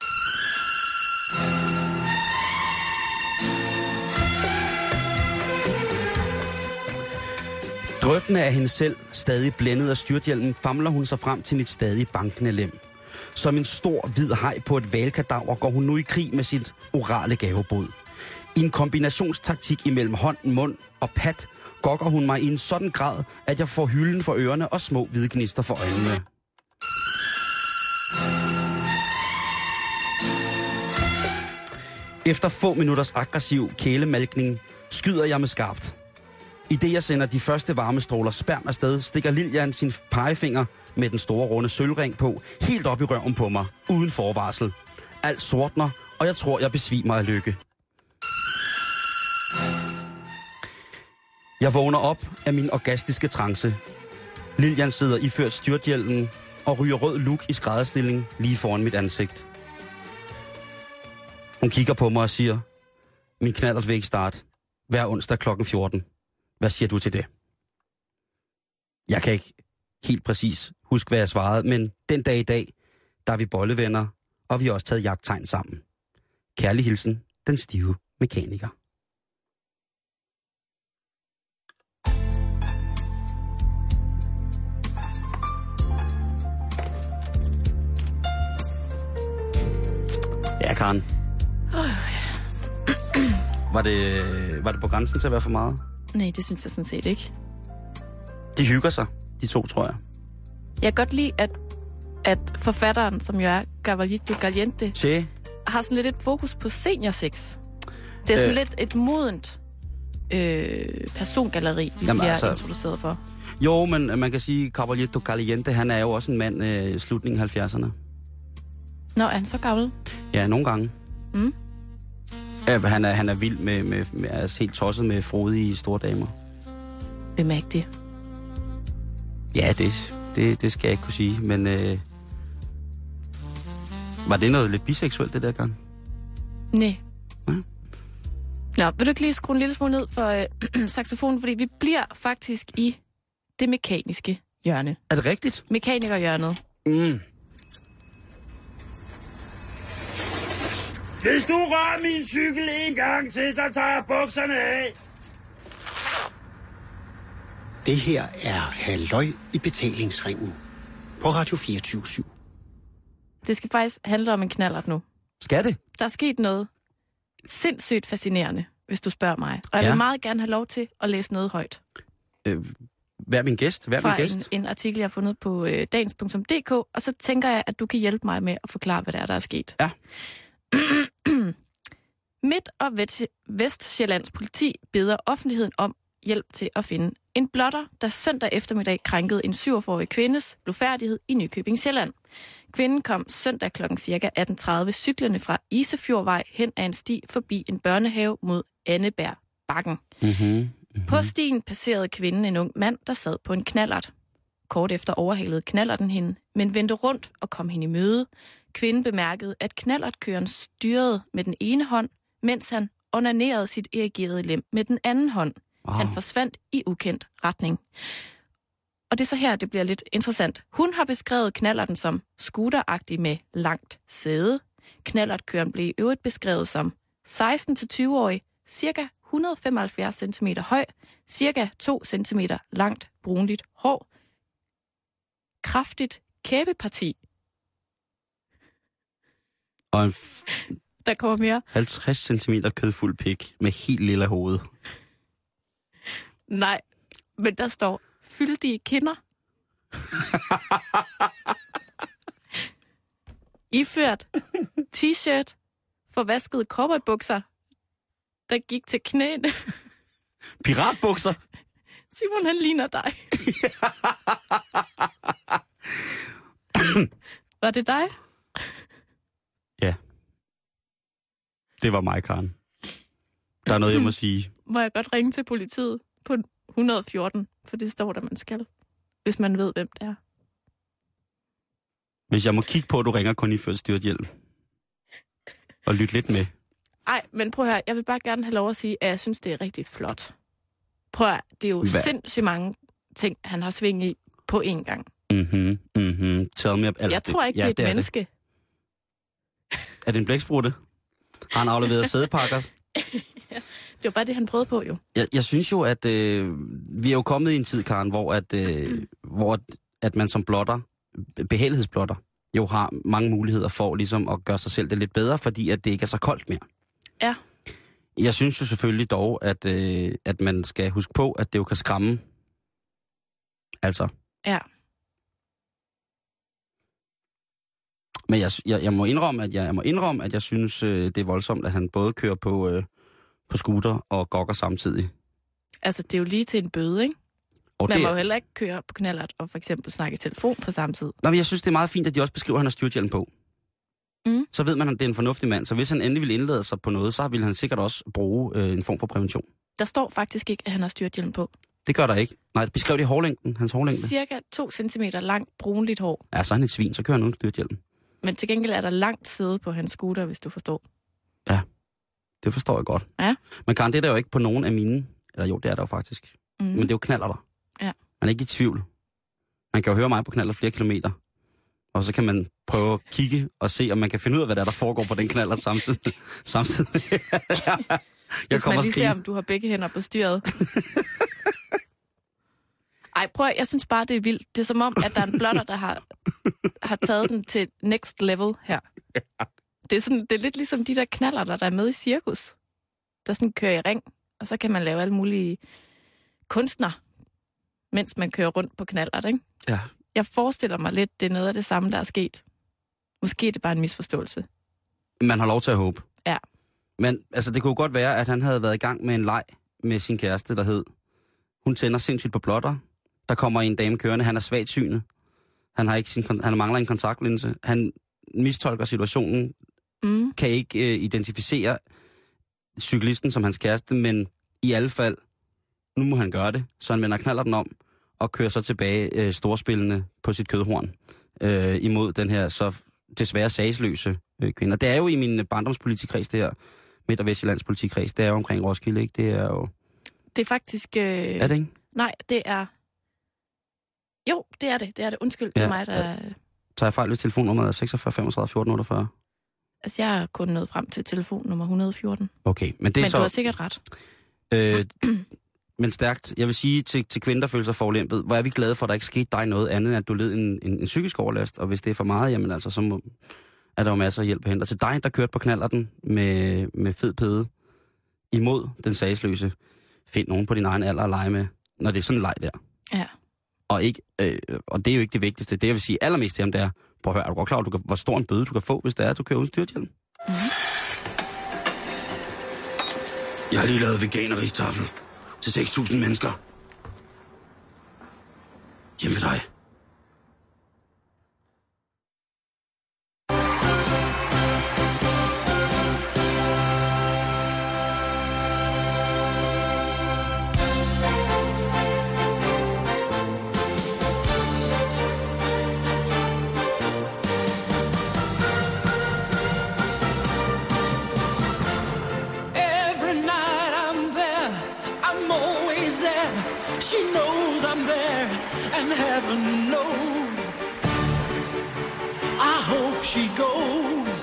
Drøbende af hende selv, stadig blændet af styrthjelmen, famler hun sig frem til mit stadig bankende lem. Som en stor, hvid haj på et hvalkadaver går hun nu i krig med sit orale gavebod. I en kombinationstaktik imellem hånd, mund og pat, gokker hun mig i en sådan grad, at jeg får hylden for ørerne og små hvide gnister for øjnene. Efter få minutters aggressiv kælemalkning skyder jeg med skarpt. I det jeg sender de første varmestråler sperm afsted, stikker Lilian sin pegefinger med den store runde sølvring på, helt op i røven på mig, uden forvarsel. Alt sortner, og jeg tror, jeg besvimer af lykke. Jeg vågner op af min orgastiske trance. Lilian sidder iført styrthjelmen og ryger rød luk i skrædderstilling lige foran mit ansigt. Hun kigger på mig og siger, min knallert vil ikke starte. Hver onsdag klokken fjorten. Hvad siger du til det? Jeg kan ikke helt præcis huske, hvad jeg svarede, men den dag i dag, der er vi bollevenner, og vi har også taget jagttegn sammen. Kærlig hilsen, den stive mekaniker. Ja, Karen. Oh, ja. Var det, var det på grænsen til at være for meget? Nej, det synes jeg sådan set ikke. De hygger sig, de to, tror jeg. Jeg kan godt lide, at, at forfatteren, som jo er Caballito Caliente, che. har sådan lidt et fokus på seniorsex. Det er sådan øh. lidt et modent øh, persongalleri, vi Jamen, bliver altså, introduceret for. Jo, men man kan sige, Caballito Caliente, han er jo også en mand i øh, slutningen af halvfjerdserne. Nå, er han så gammel? Ja, nogle gange. Mm. Ja, han, er, han er vild med, med, med altså helt tosset med frodige store damer. Hvem er ikke det? Ja, det, det, det skal jeg ikke kunne sige, men øh, var det noget lidt biseksuelt, det der gang? Nej. Ja. Nå, vil du ikke lige skrue en lille smule ned for øh, saxofonen, fordi vi bliver faktisk i det mekaniske hjørne. Er det rigtigt? Mekanikerhjørnet. Mm. Hvis du rører min cykel en gang til, så tager jeg bukserne af. Det her er Halløj i betalingsringen på Radio fireogtyve syv. Det skal faktisk handle om en knallert nu. Skal det? Der er sket noget sindssygt fascinerende, hvis du spørger mig. Og jeg Ja. vil meget gerne have lov til at læse noget højt. Øh, hvad er min gæst? Hvad er min Fra gæst? en, en artikel, jeg har fundet på øh, dagens punktum d k, og så tænker jeg, at du kan hjælpe mig med at forklare, hvad der er, der er sket. Ja. Midt- og Vestsjællands politi beder offentligheden om hjælp til at finde en blotter, der søndag eftermiddag krænkede en syvogfyrre-årig kvindes blufærdighed i Nykøbing Sjælland. Kvinden kom søndag klokken cirka atten tredive cyklerne fra Isefjordvej hen ad en sti forbi en børnehave mod Anneberg Bakken. Mm-hmm. Mm-hmm. På stien passerede kvinden en ung mand, der sad på en knallert. Kort efter overhalede knallerten hende, men vendte rundt og kom hende i møde. Kvinden bemærkede, at knallertkøreren styrede med den ene hånd, mens han onanerede sit erigerede lem med den anden hånd. Wow. Han forsvandt i ukendt retning. Og det er så her, det bliver lidt interessant. Hun har beskrevet knallerten som scooteragtig med langt sæde. Knallertkøren blev i øvrigt beskrevet som seksten til tyve-årig, cirka et hundrede og femoghalvfjerds centimeter høj, cirka to centimeter langt brunligt hår, kraftigt kæbeparti. Og en f- Der kommer mere. halvtreds centimeter kødfuld pik med helt lille hoved. Nej, men der står fyldige kinder. Iført t-shirt, forvaskede cowboybukser, der gik til knæene. Piratbukser? Simon, han ligner dig. Var det dig? Ja. Det var mig, Karen. Der er noget, jeg må sige. Må jeg godt ringe til politiet på et hundrede og fjorten, for det står der, man skal, hvis man ved, hvem det er. Hvis jeg må kigge på, at du ringer kun i først styrthjælp. Og lytte lidt med. Ej, men prøv at høre, jeg vil bare gerne have lov at sige, at jeg synes, det er rigtig flot. Prøv at høre, det er jo Hvad? sindssygt mange ting, han har sving i på én gang. Mhm, mhm. Tell me. Jeg tror ikke, det er et det er menneske. Det. Er det en blæksprutte? Har han afleveret sædepakker? Det var bare det, han prøvede på, jo. Jeg, jeg synes jo, at øh, vi er jo kommet i en tid, Karen, hvor, at, øh, hvor at man som blotter, behagelighedsblotter, jo har mange muligheder for ligesom at gøre sig selv det lidt bedre, fordi at det ikke er så koldt mere. Ja. Jeg synes jo selvfølgelig dog, at, øh, at man skal huske på, at det jo kan skræmme. Altså. Ja. Men jeg, jeg, jeg må indrømme, at jeg, jeg må indrømme, at jeg synes, øh, det er voldsomt, at han både kører på, øh, på scooter og gokker samtidig. Altså, det er jo lige til en bøde, ikke? Og Man det, må jo heller ikke køre på knallert og for eksempel snakke i telefon på samme tid. Nej, men jeg synes, det er meget fint, at de også beskriver, at han har styrthjelm på. Mm. Så ved man, at det er en fornuftig mand. Så hvis han endelig vil indlade sig på noget, så vil han sikkert også bruge øh, en form for prævention. Der står faktisk ikke, at han har styrthjelm på. Det gør der ikke. Nej, beskrev det i hårlængden, hans hårlængde. Cirka to centimeter langt brunligt hår. Ja, så er han et svin, så kører han uden styrthjelm. Men til gengæld er der langt sæde på hans scooter, hvis du forstår. Ja, det forstår jeg godt. Ja. Men Karen, det er der jo ikke på nogen af mine... Eller jo, det er der jo faktisk. Mm. Men det er jo knaller der. Ja. Man er ikke i tvivl. Man kan jo høre mig på knaller flere kilometer. Og så kan man prøve at kigge og se, om man kan finde ud af, hvad der, er, der foregår på den knaller samtidig. samtidig. jeg Hvis kommer man og lige skrige. ser, om du har begge hænder på styret. Ej, prøv, jeg synes bare, det er vildt. Det er som om, at der er en blotter, der har, har taget den til next level her. Det er, sådan, det er lidt ligesom de der knaller, der er med i cirkus. Der sådan kører i ring, og så kan man lave alle mulige kunstner, mens man kører rundt på knallert, ikke? Ja. Jeg forestiller mig lidt, det er noget af det samme, der er sket. Måske er det bare en misforståelse. Man har lov til at håbe. Ja. Men altså, det kunne godt være, at han havde været i gang med en leg med sin kæreste, der hed, hun tænder sindssygt på blotter. Der kommer en dame kørende, han er svagt synet. Han, har ikke sin, han mangler en kontaktlinse. Han mistolker situationen, Mm. kan ikke øh, identificere cyklisten som hans kæreste, men i alle fald nu må han gøre det. Så han vender knaller den om og kører så tilbage øh, storspillende på sit kødhorn øh, imod den her så desværre sagsløse øh, kvinde. Det er jo i min barndomspolitikreds, det her Midt- og Vestjyllands politikreds. Det er jo omkring Roskilde, ikke? Det er jo... Det er faktisk... Øh... Er det ikke? Nej, det er... Jo, det er det. Det er det. Undskyld, ja, det er mig, der... Ja. Tager jeg fejl, hvis telefonnummeret er seksogfyrre femogtredive fjorten otteogfyrre? Altså, jeg er kun nået frem til telefon nummer et hundrede og fjorten. Okay, men det er men så... Men du har sikkert ret. Øh, men stærkt. Jeg vil sige til, til kvinder, der føler sig forulæmpet, hvor er vi glade for, at der ikke skete dig noget andet, end at du led en, en, en psykisk overlast. Og hvis det er for meget, jamen altså, så må, er der jo masser af hjælp at hente. Og til dig, der kørte på knallerten med, med fed pæde imod den sagsløse, find nogen på din egen alder at lege med, når det er sådan en leg der. Ja. Og, ikke, øh, og det er jo ikke det vigtigste. Det, jeg vil sige allermest til ham, det er, prøv at høre, er du godt klar, du kan, hvor stor en bøde du kan få, hvis det er, at du kører uden styrthjelm? Mm-hmm. Jeg har lige lavet veganeristafel til seks tusind mennesker. Hjemme med dig. She knows I'm there, and heaven knows I hope she goes.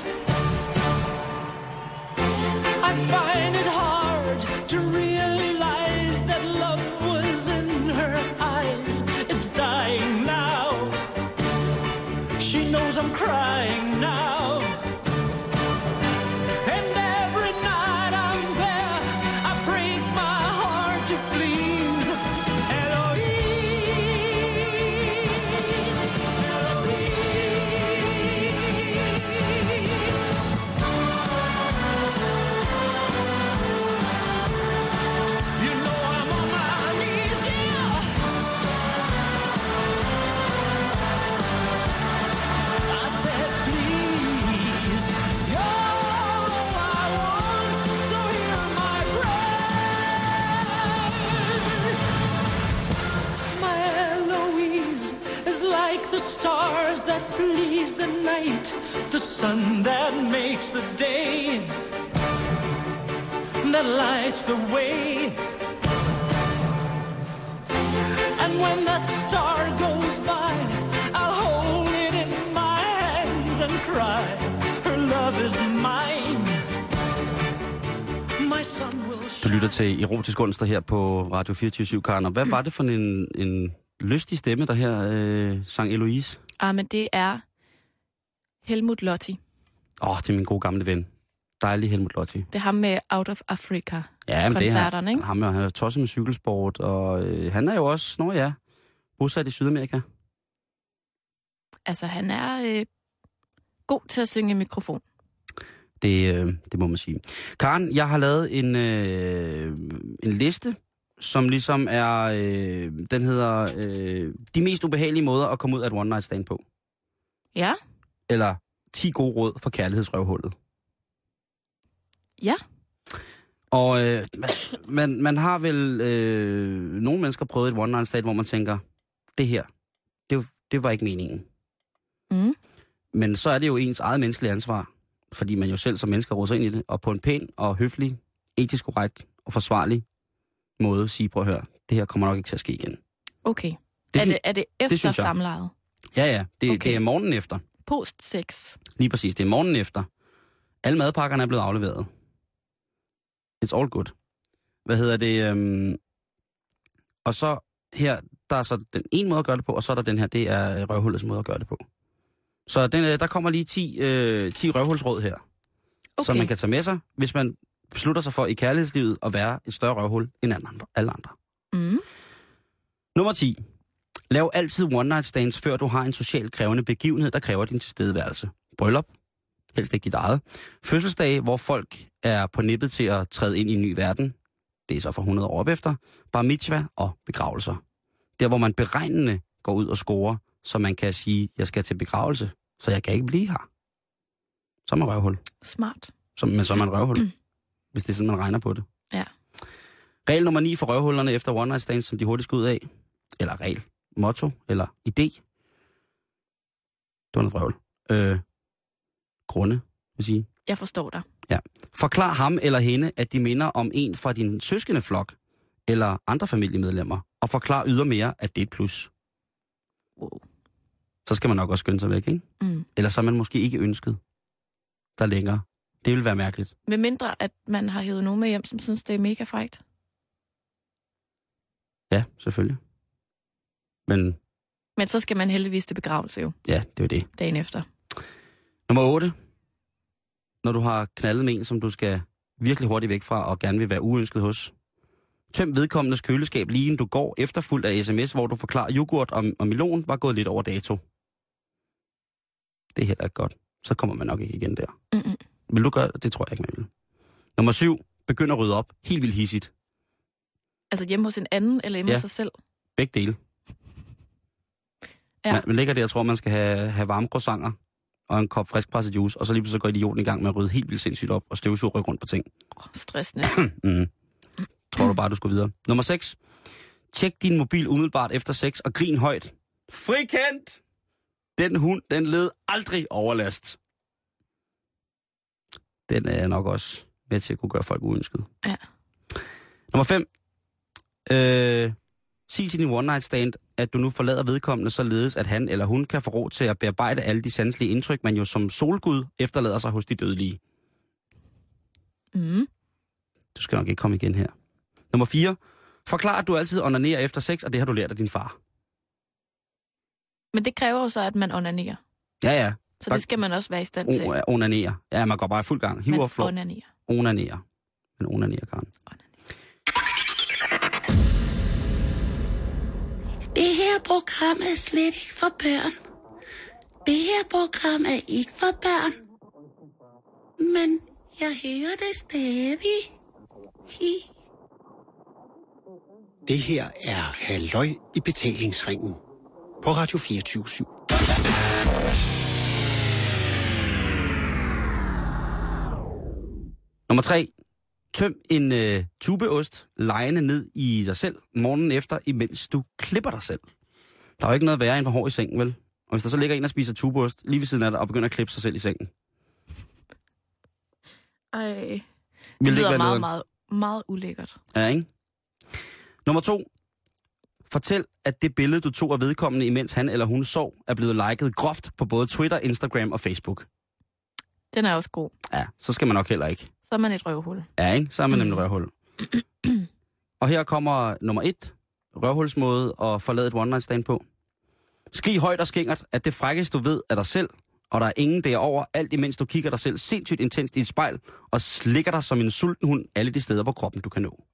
I find it hard to realize that love was in her eyes. It's dying now. She knows I'm crying now. And every night I'm there, I break my heart to please. The stars that please the night, the sun that makes the day, that lights the way. And when that star goes by, I'll hold it in my hands and cry, her love is mine. My son will shine. Du lytter til Erotisk Onsdag her på Radio fireogtyve syv, Karen. Og hvad var det for en... en lystig stemme, der her øh, sang Eloise? Ah, men det er Helmut Lotti. Åh, oh, det er min gode gamle ven. Dejlig Helmut Lotti. Det er ham med Out of Africa. Ja, men det er han. Ikke? Ham, han er tosset med cykelsport, og øh, han er jo også, nå ja, bosat i Sydamerika. Altså, han er øh, god til at synge i mikrofon. Det, øh, det må man sige. Karen, jeg har lavet en, øh, en liste, som ligesom er, øh, den hedder, øh, de mest ubehagelige måder at komme ud af et one night stand på. Ja. Eller ti gode råd for kærlighedsrøvhullet. Ja. Og øh, man, man har vel, øh, nogle mennesker prøvet et one night stand, hvor man tænker, det her, det, det var ikke meningen. Mm. Men så er det jo ens eget menneskelige ansvar, fordi man jo selv som mennesker råder sig ind i det, og på en pæn og høflig, etisk korrekt og forsvarlig måde sige, prøv at høre, det her kommer nok ikke til at ske igen. Okay. Det er, synes, det, er det efter det samlejet? Ja, ja. Det, okay. det er morgenen efter. Post-sex? Lige præcis. Det er morgenen efter. Alle madpakkerne er blevet afleveret. It's all good. Hvad hedder det? Øhm... Og så her, der er så den ene måde at gøre det på, og så er der den her, det er røvhullets måde at gøre det på. Så den, der kommer lige ti, øh, ti røvhulsråd her, okay, som man kan tage med sig, hvis man beslutter sig for i kærlighedslivet at være et større røvhul end andre, alle andre. Mm. Nummer ti. Lav altid one night stands, før du har en socialt krævende begivenhed, der kræver din tilstedeværelse. Bryllup, helst ikke dit eget. Fødselsdage, hvor folk er på nippet til at træde ind i en ny verden. Det er så for hundrede år op efter. Bar mitzvah og begravelser. Der, hvor man beregnende går ud og scorer, så man kan sige, jeg skal til begravelse, så jeg kan ikke blive her. Så er man røvhul. Smart. Så, men så er man røvhul, hvis det er sådan, man regner på det. Ja. Regel nummer ni for røvhullerne efter one night stands, som de hurtigt skal ud af. Eller regel, motto, eller idé. Det var noget vrøvl. Øh, grunde, vil sige. Jeg forstår dig. Ja. Forklar ham eller hende, at de minder om en fra din søskendeflok, eller andre familiemedlemmer, og forklar ydermere, at det er et plus. Wow. Så skal man nok også skynde sig væk, ikke? Mm. Eller så er man måske ikke ønsket der længere. Det vil være mærkeligt. Med mindre, at man har hævet nogen med hjem, som synes, det er mega frækt. Ja, selvfølgelig. Men... Men så skal man heldigvis til begravelse jo. Ja, det er jo det. Dagen efter. Nummer otte. Når du har knaldet med en, som du skal virkelig hurtigt væk fra, og gerne vil være uønsket hos. Tøm vedkommendes køleskab lige inden du går, efterfulgt af sms, hvor du forklarer, at yoghurt og, og melon var gået lidt over dato. Det er heller ikke godt. Så kommer man nok ikke igen der. Mm-mm. Vil du gøre det? Det tror jeg ikke, man vil. Nummer syv. Begynd at rydde op. Helt vildt hissigt. Altså hjemme hos en anden, eller hjemme ja. hos sig selv? Begge dele. Ja. Man, man ligger der og tror, man skal have, have varme croissanter og en kop friskpresset juice, og så lige så går idioten i gang med at rydde helt vildt sindssygt op og støvsuge rykke rundt på ting. Oh, stressende. mm. Tror du bare, du skulle videre. Nummer seks. Tjek din mobil umiddelbart efter sex og grin højt. Frikendt! Den hund, den led aldrig overlast. Den er nok også med til at kunne gøre folk uønsket. Ja. Nummer fem. Øh, sig til din one night stand, at du nu forlader vedkommende således, at han eller hun kan få råd til at bearbejde alle de sanselige indtryk, man jo som solgud efterlader sig hos de dødelige. Mm. Du skal nok ikke komme igen her. Nummer fire. Forklar, at du altid onanerer efter sex, og det har du lært af din far. Men det kræver jo så, at man onanerer. Ja, ja. Så det skal man også være i stand til. O- onanerer. Ja, man går bare i fuld gang. Hiv Men og flå. onanerer. Onanerer. Men onanerer, Karen. Det her program er slet ikke for børn. Det her program er ikke for børn. Men jeg hører det stadig. Hi. Det her er Halløj i betalingsringen på Radio fireogtyve syv. Nummer tre. Tøm en øh, tubeost lejende ned i dig selv morgenen efter, imens du klipper dig selv. Der er jo ikke noget værre end for hård i sengen, vel? Og hvis der så ligger en og spiser tubeost lige ved siden af dig og begynder at klippe sig selv i sengen. Ej, det Vil lyder det meget, noget? meget, meget ulækkert. Ja, ikke? Nummer to. Fortæl, at det billede, du tog af vedkommende, imens han eller hun sov, er blevet liket groft på både Twitter, Instagram og Facebook. Den er også god. Ja, så skal man nok heller ikke. Så er man et røvhul. Ja, ikke? Så er man nemlig røvhul. Og her kommer nummer et. Røvhulsmåde at forlade et one night stand på. Skrig højt og skingert, at det frækkeste du ved er dig selv, og der er ingen derover, alt imens du kigger dig selv sindssygt intenst i et spejl, og slikker dig som en sulten hund alle de steder på kroppen, du kan nå.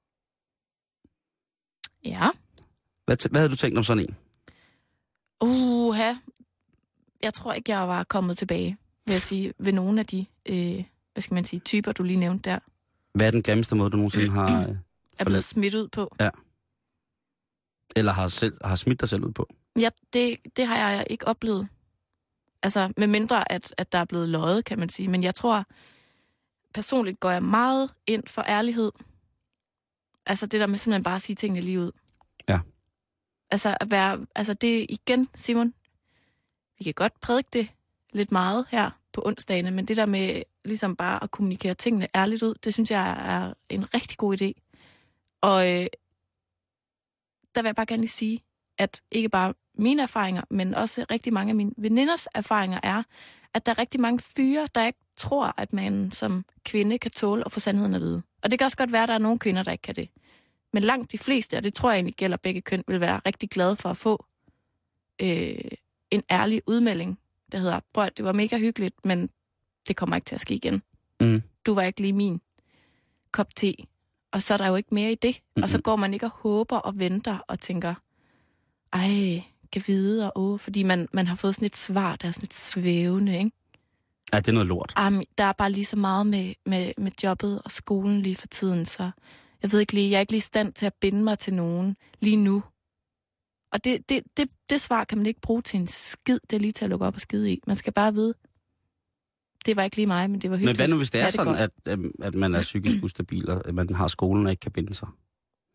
Ja. Hvad, hvad havde du tænkt om sådan en? Uha. Jeg tror ikke, jeg var kommet tilbage, vil jeg sige, ved nogle af de, øh, hvad skal man sige, typer, du lige nævnte der. Hvad er den grimmeste måde, du nogensinde har øh, er blevet smidt ud på? Ja. Eller har, selv, har smidt dig selv ud på? Ja, det, det har jeg ikke oplevet. Altså, med mindre, at, at der er blevet løjet, kan man sige. Men jeg tror, personligt går jeg meget ind for ærlighed. Altså, det der med simpelthen bare at sige tingene lige ud. Ja. Altså, at være, altså det igen, Simon, vi kan godt prædike det lidt meget her på onsdagene, men det der med ligesom bare at kommunikere tingene ærligt ud, det synes jeg er en rigtig god idé. Og øh, der vil jeg bare gerne lige sige, at ikke bare mine erfaringer, men også rigtig mange af mine veninders erfaringer er, at der er rigtig mange fyre, der ikke tror, at man som kvinde kan tåle at få sandheden at vide. Og det kan også godt være, at der er nogle kvinder, der ikke kan det. Men langt de fleste, og det tror jeg egentlig gælder begge køn, vil være rigtig glade for at få øh, en ærlig udmelding, der hedder, prøv, det var mega hyggeligt, men det kommer ikke til at ske igen. Mm. Du var ikke lige min kop te. Og så er der jo ikke mere i det. Mm-hmm. Og så går man ikke og håber og venter og tænker, ej, kan vide og åh, fordi man, man har fået sådan et svar, der er sådan et svævende, ikke? Ja, det er noget lort. Am, der er bare lige så meget med, med, med jobbet og skolen lige for tiden, så jeg ved ikke lige, jeg er ikke lige i stand til at binde mig til nogen lige nu. Og det, det, det, det svar kan man ikke bruge til en skid, det er lige til at lukke op og skide i. Man skal bare vide, det var ikke lige mig, men det var hyggeligt. Men hvad nu, hvis det er det sådan, godt? at, at man er psykisk ustabil, og at man har skolen og ikke kan binde sig?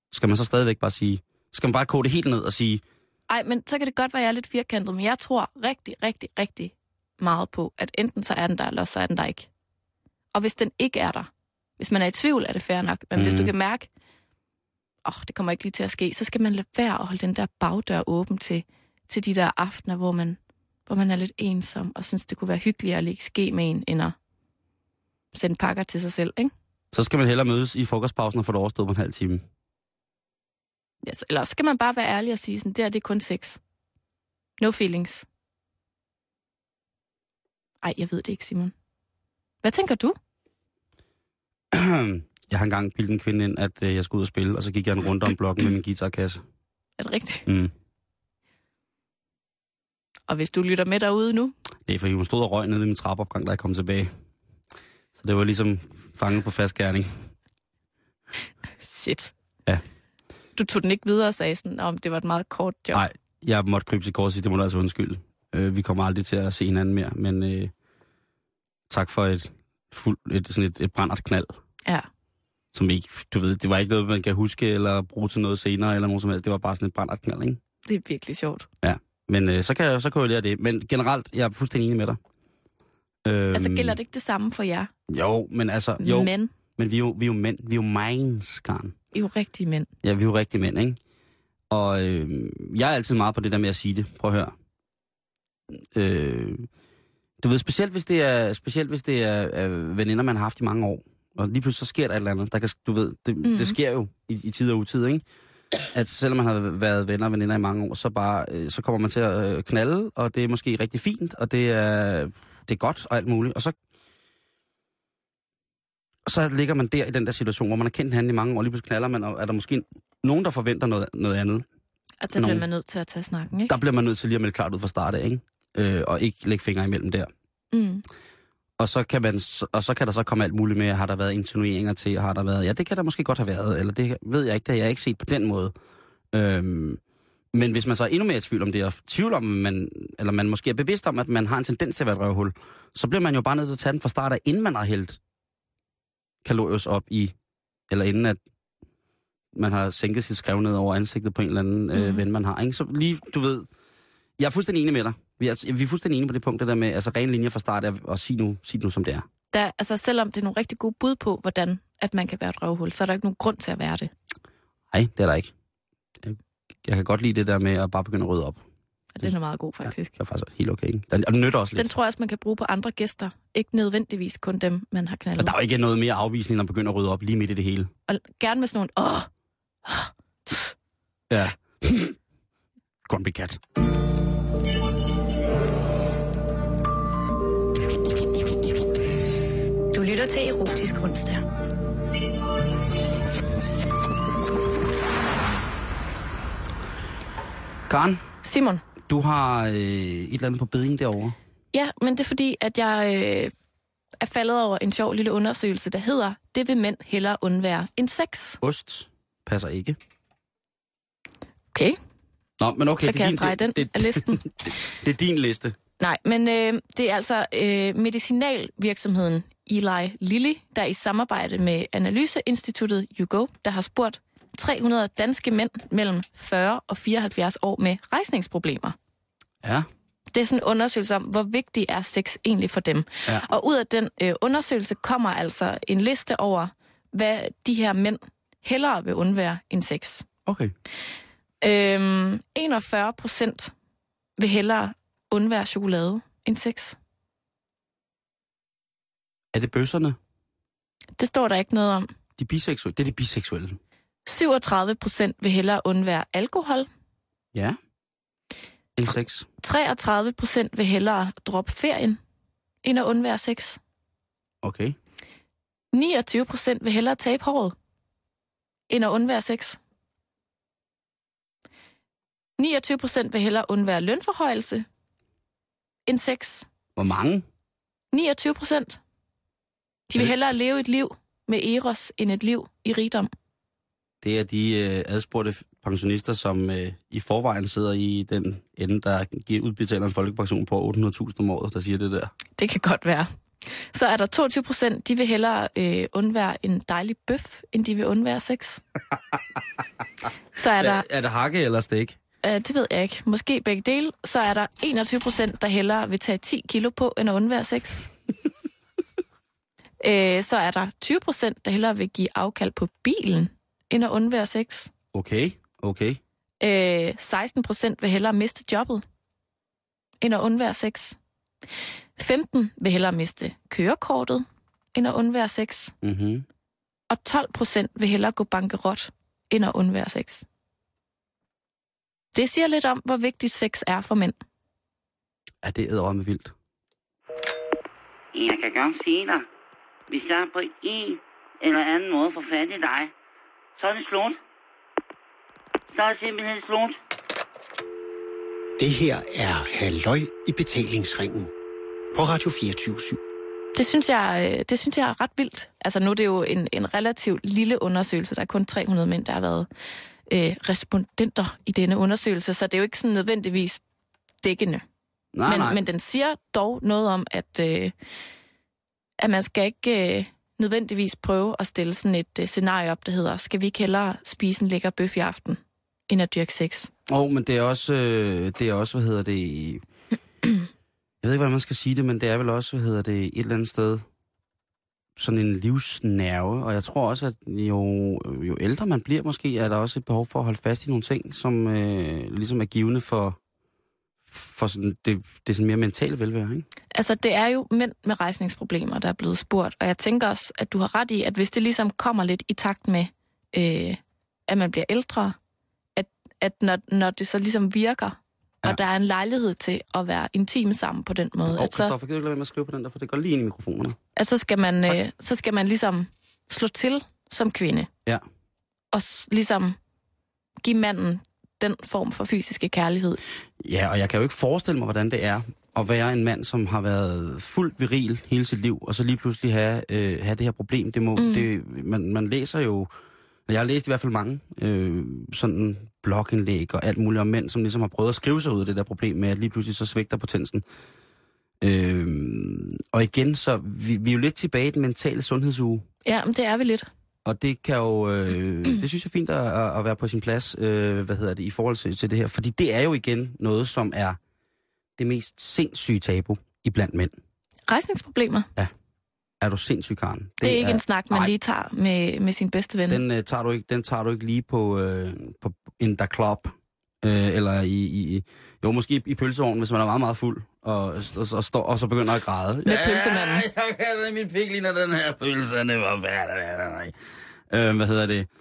skal man så stadigvæk bare sige... Skal man bare kode det helt ned og sige... Ej, men så kan det godt være, at jeg er lidt firkantet, men jeg tror rigtig, rigtig, rigtig meget på, at enten så er den der, eller så er den der ikke. Og hvis den ikke er der, hvis man er i tvivl, er det fair nok. Men mm. hvis du kan mærke, åh, oh, det kommer ikke lige til at ske, så skal man lade være at holde den der bagdør åben til, til de der aftener, hvor man, hvor man er lidt ensom, og synes, det kunne være hyggeligere at ligge ske med en, end at sende pakker til sig selv, ikke? Så skal man hellere mødes i frokostpausen og få det overstået på en halv time. Ja, så, eller skal man bare være ærlig og sige sådan, det er det er kun sex. No feelings. Ej, jeg ved det ikke, Simon. Hvad tænker du? Jeg har engang bildet en kvinde ind, at øh, jeg skulle ud og spille, og så gik jeg en rundt om blokken med min guitarkasse. Er det rigtigt? Mm. Og hvis du lytter med derude nu? Det er fordi hun stod og røg nede i min trappeopgang, da jeg kom tilbage. Så det var ligesom fanget på fast gerning. Shit. Ja. Du tog den ikke videre og sagde sådan, om det var et meget kort job? Nej, jeg måtte krybe til kort og sige, det må du altså undskylde. Øh, vi kommer aldrig til at se hinanden mere, men øh, tak for et, fuld, et, sådan et, et brændert knald. Ja. Som ikke, du ved, det var ikke noget, man kan huske eller bruge til noget senere eller noget som helst. Det var bare sådan et brændert knald, ikke? Det er virkelig sjovt. Ja, men øh, så, kan jeg, så kan jeg lære det. Men generelt, jeg er fuldstændig enig med dig. Øhm, altså gælder det ikke det samme for jer? Jo, men altså... Jo, men? Men vi er jo, vi er jo mænd. Vi er jo minds, Karen. I er jo rigtige mænd. Ja, vi er jo rigtige mænd, ikke? Og øh, jeg er altid meget på det der med at sige det. Prøv at høre. Øh, du ved, specielt hvis det er, specielt hvis det er øh, veninder, man har haft i mange år. Og lige pludselig så sker der et eller andet. Der kan, du ved, det, mm-hmm. det sker jo i, i tid og utid, ikke? At selvom man har været venner og veninder i mange år, så, bare, øh, så kommer man til at øh, knalde, og det er måske rigtig fint, og det er, det er godt og alt muligt. Og så, og så ligger man der i den der situation, hvor man har kendt hinanden i mange år, lige pludselig knaller man, og er der måske nogen, der forventer noget, noget andet. Og der bliver man nødt til at tage snakken, ikke? Der bliver man nødt til lige at melde klart ud fra start af, ikke? Øh, og ikke lægge fingre imellem der. Mm. Og så, kan man, og så kan der så komme alt muligt med, har der været insinueringer til, har der været, ja, det kan der måske godt have været, eller det ved jeg ikke, det har jeg ikke set på den måde. Øhm, men hvis man så er endnu mere i tvivl om det, og tvivl om, man, eller man måske er bevidst om, at man har en tendens til at være et røvhul, så bliver man jo bare nødt til at tage den fra start af, inden man har hældt kalorius op i, eller inden at man har sænket sit skrev ned over ansigtet på en eller anden mm. øh, ven, man har. Ikke? Så lige, du ved, jeg er fuldstændig enig med dig. Vi er, vi er fuldstændig enige på det punkt, det der med, altså ren linje fra start af, og sige nu, sig nu som det er. Der, altså selvom det er nogle rigtig gode bud på, hvordan at man kan være et røvhul, så er der ikke nogen grund til at være det. Nej, det er der ikke. Jeg, jeg kan godt lide det der med at bare begynde at rydde op. Ja, det er meget god, faktisk. Ja, det er faktisk helt okay. Ikke? Den, og den nytter også lidt. Den tror jeg også, man kan bruge på andre gæster. Ikke nødvendigvis kun dem, man har knaldet. Og der er jo ikke noget mere afvisning, når man begynder at rydde op lige midt i det hele. Og gerne med sådan nogle, åh, ja. Grumpy cat. Du lytter til Erotisk Onsdag. Karen? Simon? Du har øh, et eller andet på beding derovre. Ja, men det er fordi, at jeg øh, er faldet over en sjov lille undersøgelse, der hedder, det vil mænd hellere undvære end sex. Ost passer ikke. Okay. Nå, men okay. Så kan det jeg din, den det, af listen. det, det er din liste. Nej, men øh, det er altså øh, medicinalvirksomheden Eli Lilly, der i samarbejde med analyseinstituttet YouGo, der har spurgt tre hundrede danske mænd mellem fyrre og fireoghalvfjerds år med rejsningsproblemer. Ja. Det er sådan en undersøgelse om, hvor vigtig er sex egentlig for dem. Ja. Og ud af den øh, undersøgelse kommer altså en liste over, hvad de her mænd hellere vil undvære end sex. Okay. Øhm, enogfyrre procent vil hellere undvære chokolade end sex. Er det bøsserne? Det står der ikke noget om. De biseksuelle. Det er de biseksuelle. syvogtredive procent vil hellere undvære alkohol. Ja. End sex. treogtredive procent vil hellere droppe ferien, end at undvære sex. Okay. niogtyve procent vil hellere tabe håret, end at undvære sex. niogtyve procent vil hellere undvære lønforhøjelse end sex. Hvor mange? niogtyve procent. De vil hellere leve et liv med eros end et liv i rigdom. Det er de øh, adspurgte pensionister, som øh, i forvejen sidder i den ende, der giver udbetaler en folkepension på otte hundrede tusind om året, der siger det der. Det kan godt være. Så er der toogtyve procent, de vil hellere øh, undvære en dejlig bøf, end de vil undvære sex. Så er der... Er det hakke eller stik? Øh, det ved jeg ikke. Måske begge dele. Så er der enogtyve procent, der hellere vil tage ti kilo på, end at undvære sex. øh, så er der tyve procent, der hellere vil give afkald på bilen, end at undvære sex. Okay, okay. Øh, seksten procent vil hellere miste jobbet, end at undvære sex. femten vil hellere miste kørekortet, end at undvære sex. Mm-hmm. Og tolv procent vil hellere gå bankerot, end at undvære sex. Det siger lidt om, hvor vigtigt sex er for mænd. Ja, det er edderrømme vildt. Jeg kan godt sige dig, hvis jeg på en eller anden måde får fat i dig, så er det slut. Så er det simpelthen slut. Det her er Halløj i betalingsringen på Radio fireogtyve syv. Det synes jeg, det synes jeg er ret vildt. Altså nu er det jo en, en relativt lille undersøgelse. Der er kun tre hundrede mænd, der har været øh, respondenter i denne undersøgelse, så det er jo ikke sådan nødvendigvis dækkende. Nej, men, nej. men den siger dog noget om, at, øh, at man skal ikke øh, nødvendigvis prøve at stille sådan et øh, scenarie op, der hedder, skal vi ikke hellere spise en lækker bøf i aften, end at dyrke sex? Åh, oh, men det er også, øh, det er også, hvad hedder det... Jeg ved ikke, hvordan man skal sige det, men det er vel også, hvad hedder det, et eller andet sted, sådan en livsnerve. Og jeg tror også, at jo, jo ældre man bliver måske, er der også et behov for at holde fast i nogle ting, som øh, ligesom er givende for, for sådan, det, det sådan mere mentale velvære, ikke? Altså, det er jo mænd med rejsningsproblemer, der er blevet spurgt. Og jeg tænker også, at du har ret i, at hvis det ligesom kommer lidt i takt med, øh, at man bliver ældre, at, at når, når det så ligesom virker, ja. Og der er en lejlighed til at være intim sammen på den måde. Og at så, Christoffer, kan du ikke lade være med at skrive på den der, for det går lige ind i mikrofonerne. at så skal man, øh, så skal man ligesom slå til som kvinde. Ja. Og s- ligesom give manden den form for fysiske kærlighed. Ja, og jeg kan jo ikke forestille mig, hvordan det er at være en mand, som har været fuldt viril hele sit liv, og så lige pludselig have, øh, have det her problem. Det må, mm. det, man, man læser jo, jeg har læst i hvert fald mange øh, sådan blogindlæg og alt muligt om mænd, som ligesom har prøvet at skrive sig ud af det der problem med, at lige pludselig så svigter potensen. Øh, og igen, så vi, vi er jo lidt tilbage i den mentale sundhedsuge. Ja, men det er vi lidt. Og det kan jo, øh, det synes jeg er fint at, at være på sin plads, øh, hvad hedder det, i forhold til, til det her. Fordi det er jo igen noget, som er det mest sindssyge tabu iblandt mænd. Rejsningsproblemer? Ja. Er du sindssyg, Karen? Det, det er ikke er, en snak, man nej, lige tager med, med sin bedste ven. Den, uh, tager du ikke, den tager du ikke lige på, uh, på in the club, uh, eller i, i, jo måske i pølsevognen, hvis man er meget, meget fuld, og, og, og, og, og så begynder at græde. Med ja, pølsemanden. Jeg kan det, min pik ligner den her pølse, det var færdigt. Uh, hvad hedder det?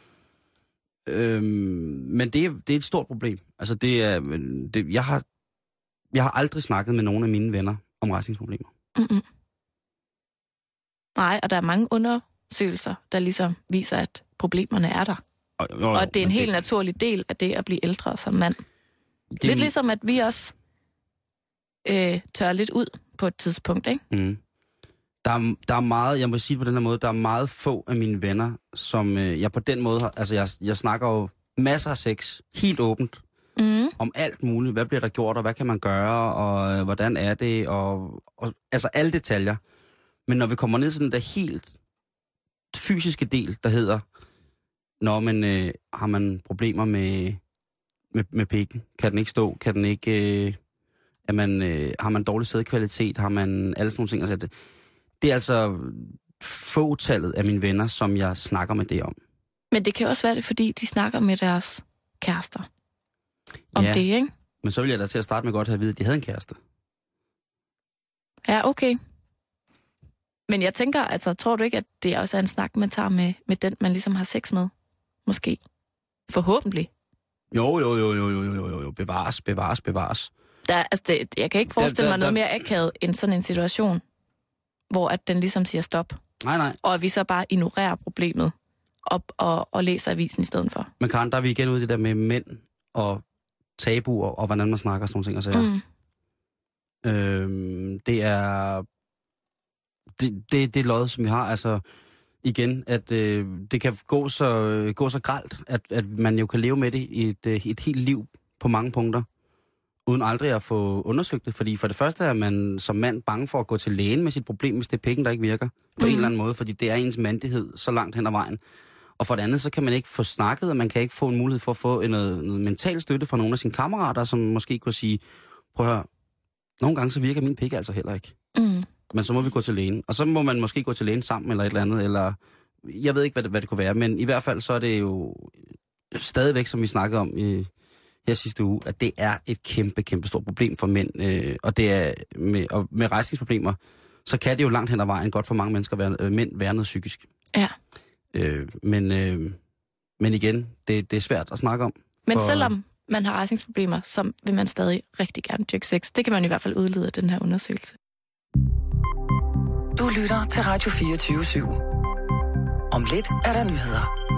Uh, men det er, det er et stort problem. Altså det er, det, jeg har, jeg har aldrig snakket med nogen af mine venner om rejsningsproblemer. Mm-mm. Nej, og der er mange undersøgelser, der ligesom viser, at problemerne er der. Og, jo, jo, og at det er en helt det... naturlig del af det at blive ældre som mand. Det... Lidt ligesom, at vi også øh, tør lidt ud på et tidspunkt, ikke? Mm. Der, er, der er meget, jeg må sige på den her måde, der er meget få af mine venner, som øh, jeg på den måde har, altså jeg, jeg snakker jo masser af sex, helt åbent, mm. om alt muligt. Hvad bliver der gjort, og hvad kan man gøre, og øh, hvordan er det, og, og altså alle detaljer. Men når vi kommer ned til den der helt fysiske del, der hedder, når man øh, har man problemer med, med, med pikken, kan den ikke stå, kan den ikke, øh, er man, øh, har man dårlig sædkvalitet, har man alle sådan nogle ting. Altså, det, det er altså fåtallet af mine venner, som jeg snakker med det om. Men det kan også være det, fordi de snakker med deres kærester om ja, det, ikke? Men så vil jeg da til at starte med godt have at vide, at de havde en kæreste. Ja, okay. Men jeg tænker, altså, tror du ikke, at det også er en snak, man tager med, med den, man ligesom har sex med? Måske. Forhåbentlig. Jo, jo, jo, jo, jo, jo, jo, jo. Bevares, bevares, bevares. Der, altså, det, jeg kan ikke forestille der, der, mig noget mere akavet end sådan en situation, hvor at den ligesom siger stop. Nej, nej. Og at vi så bare ignorerer problemet op og, og læser avisen i stedet for. Men Karen, der er vi igen ude i det der med mænd og tabuer og hvordan man snakker sådan nogle ting og sager. Mm. Øhm, det er... Det, det, det er lod, som vi har, altså igen, at øh, det kan gå så, gå så grelt, at, at man jo kan leve med det i et, et helt liv på mange punkter. uden aldrig at få undersøgt det. Fordi for det første er man som mand bange for at gå til lægen med sit problem, hvis det er penge, der ikke virker på mm. en eller anden måde, fordi det er ens mandighed så langt hen ad vejen. Og for det andet, så kan man ikke få snakket, og man kan ikke få en mulighed for at få noget, noget mental støtte fra nogle af sine kammerater, som måske kunne sige, prøv at høre, nogle gange så virker min pik altså heller ikke. Mm. Men så må vi gå til lægen. Og så må man måske gå til lægen sammen eller et eller andet, eller jeg ved ikke, hvad det, hvad det kunne være, men i hvert fald så er det jo stadigvæk, som vi snakkede om i, her sidste uge, at det er et kæmpe, kæmpe stort problem for mænd, øh, og det er med, og med rejsningsproblemer, så kan det jo langt hen ad vejen godt for mange mennesker være, øh, mænd være noget psykisk. Ja. Øh, men, øh, men igen, det, det er svært at snakke om. Men for... selvom man har rejsningsproblemer, så vil man stadig rigtig gerne dyrke sex. Det kan man i hvert fald udlede af den her undersøgelse. Du lytter til Radio fireogtyve syv. Om lidt er der nyheder.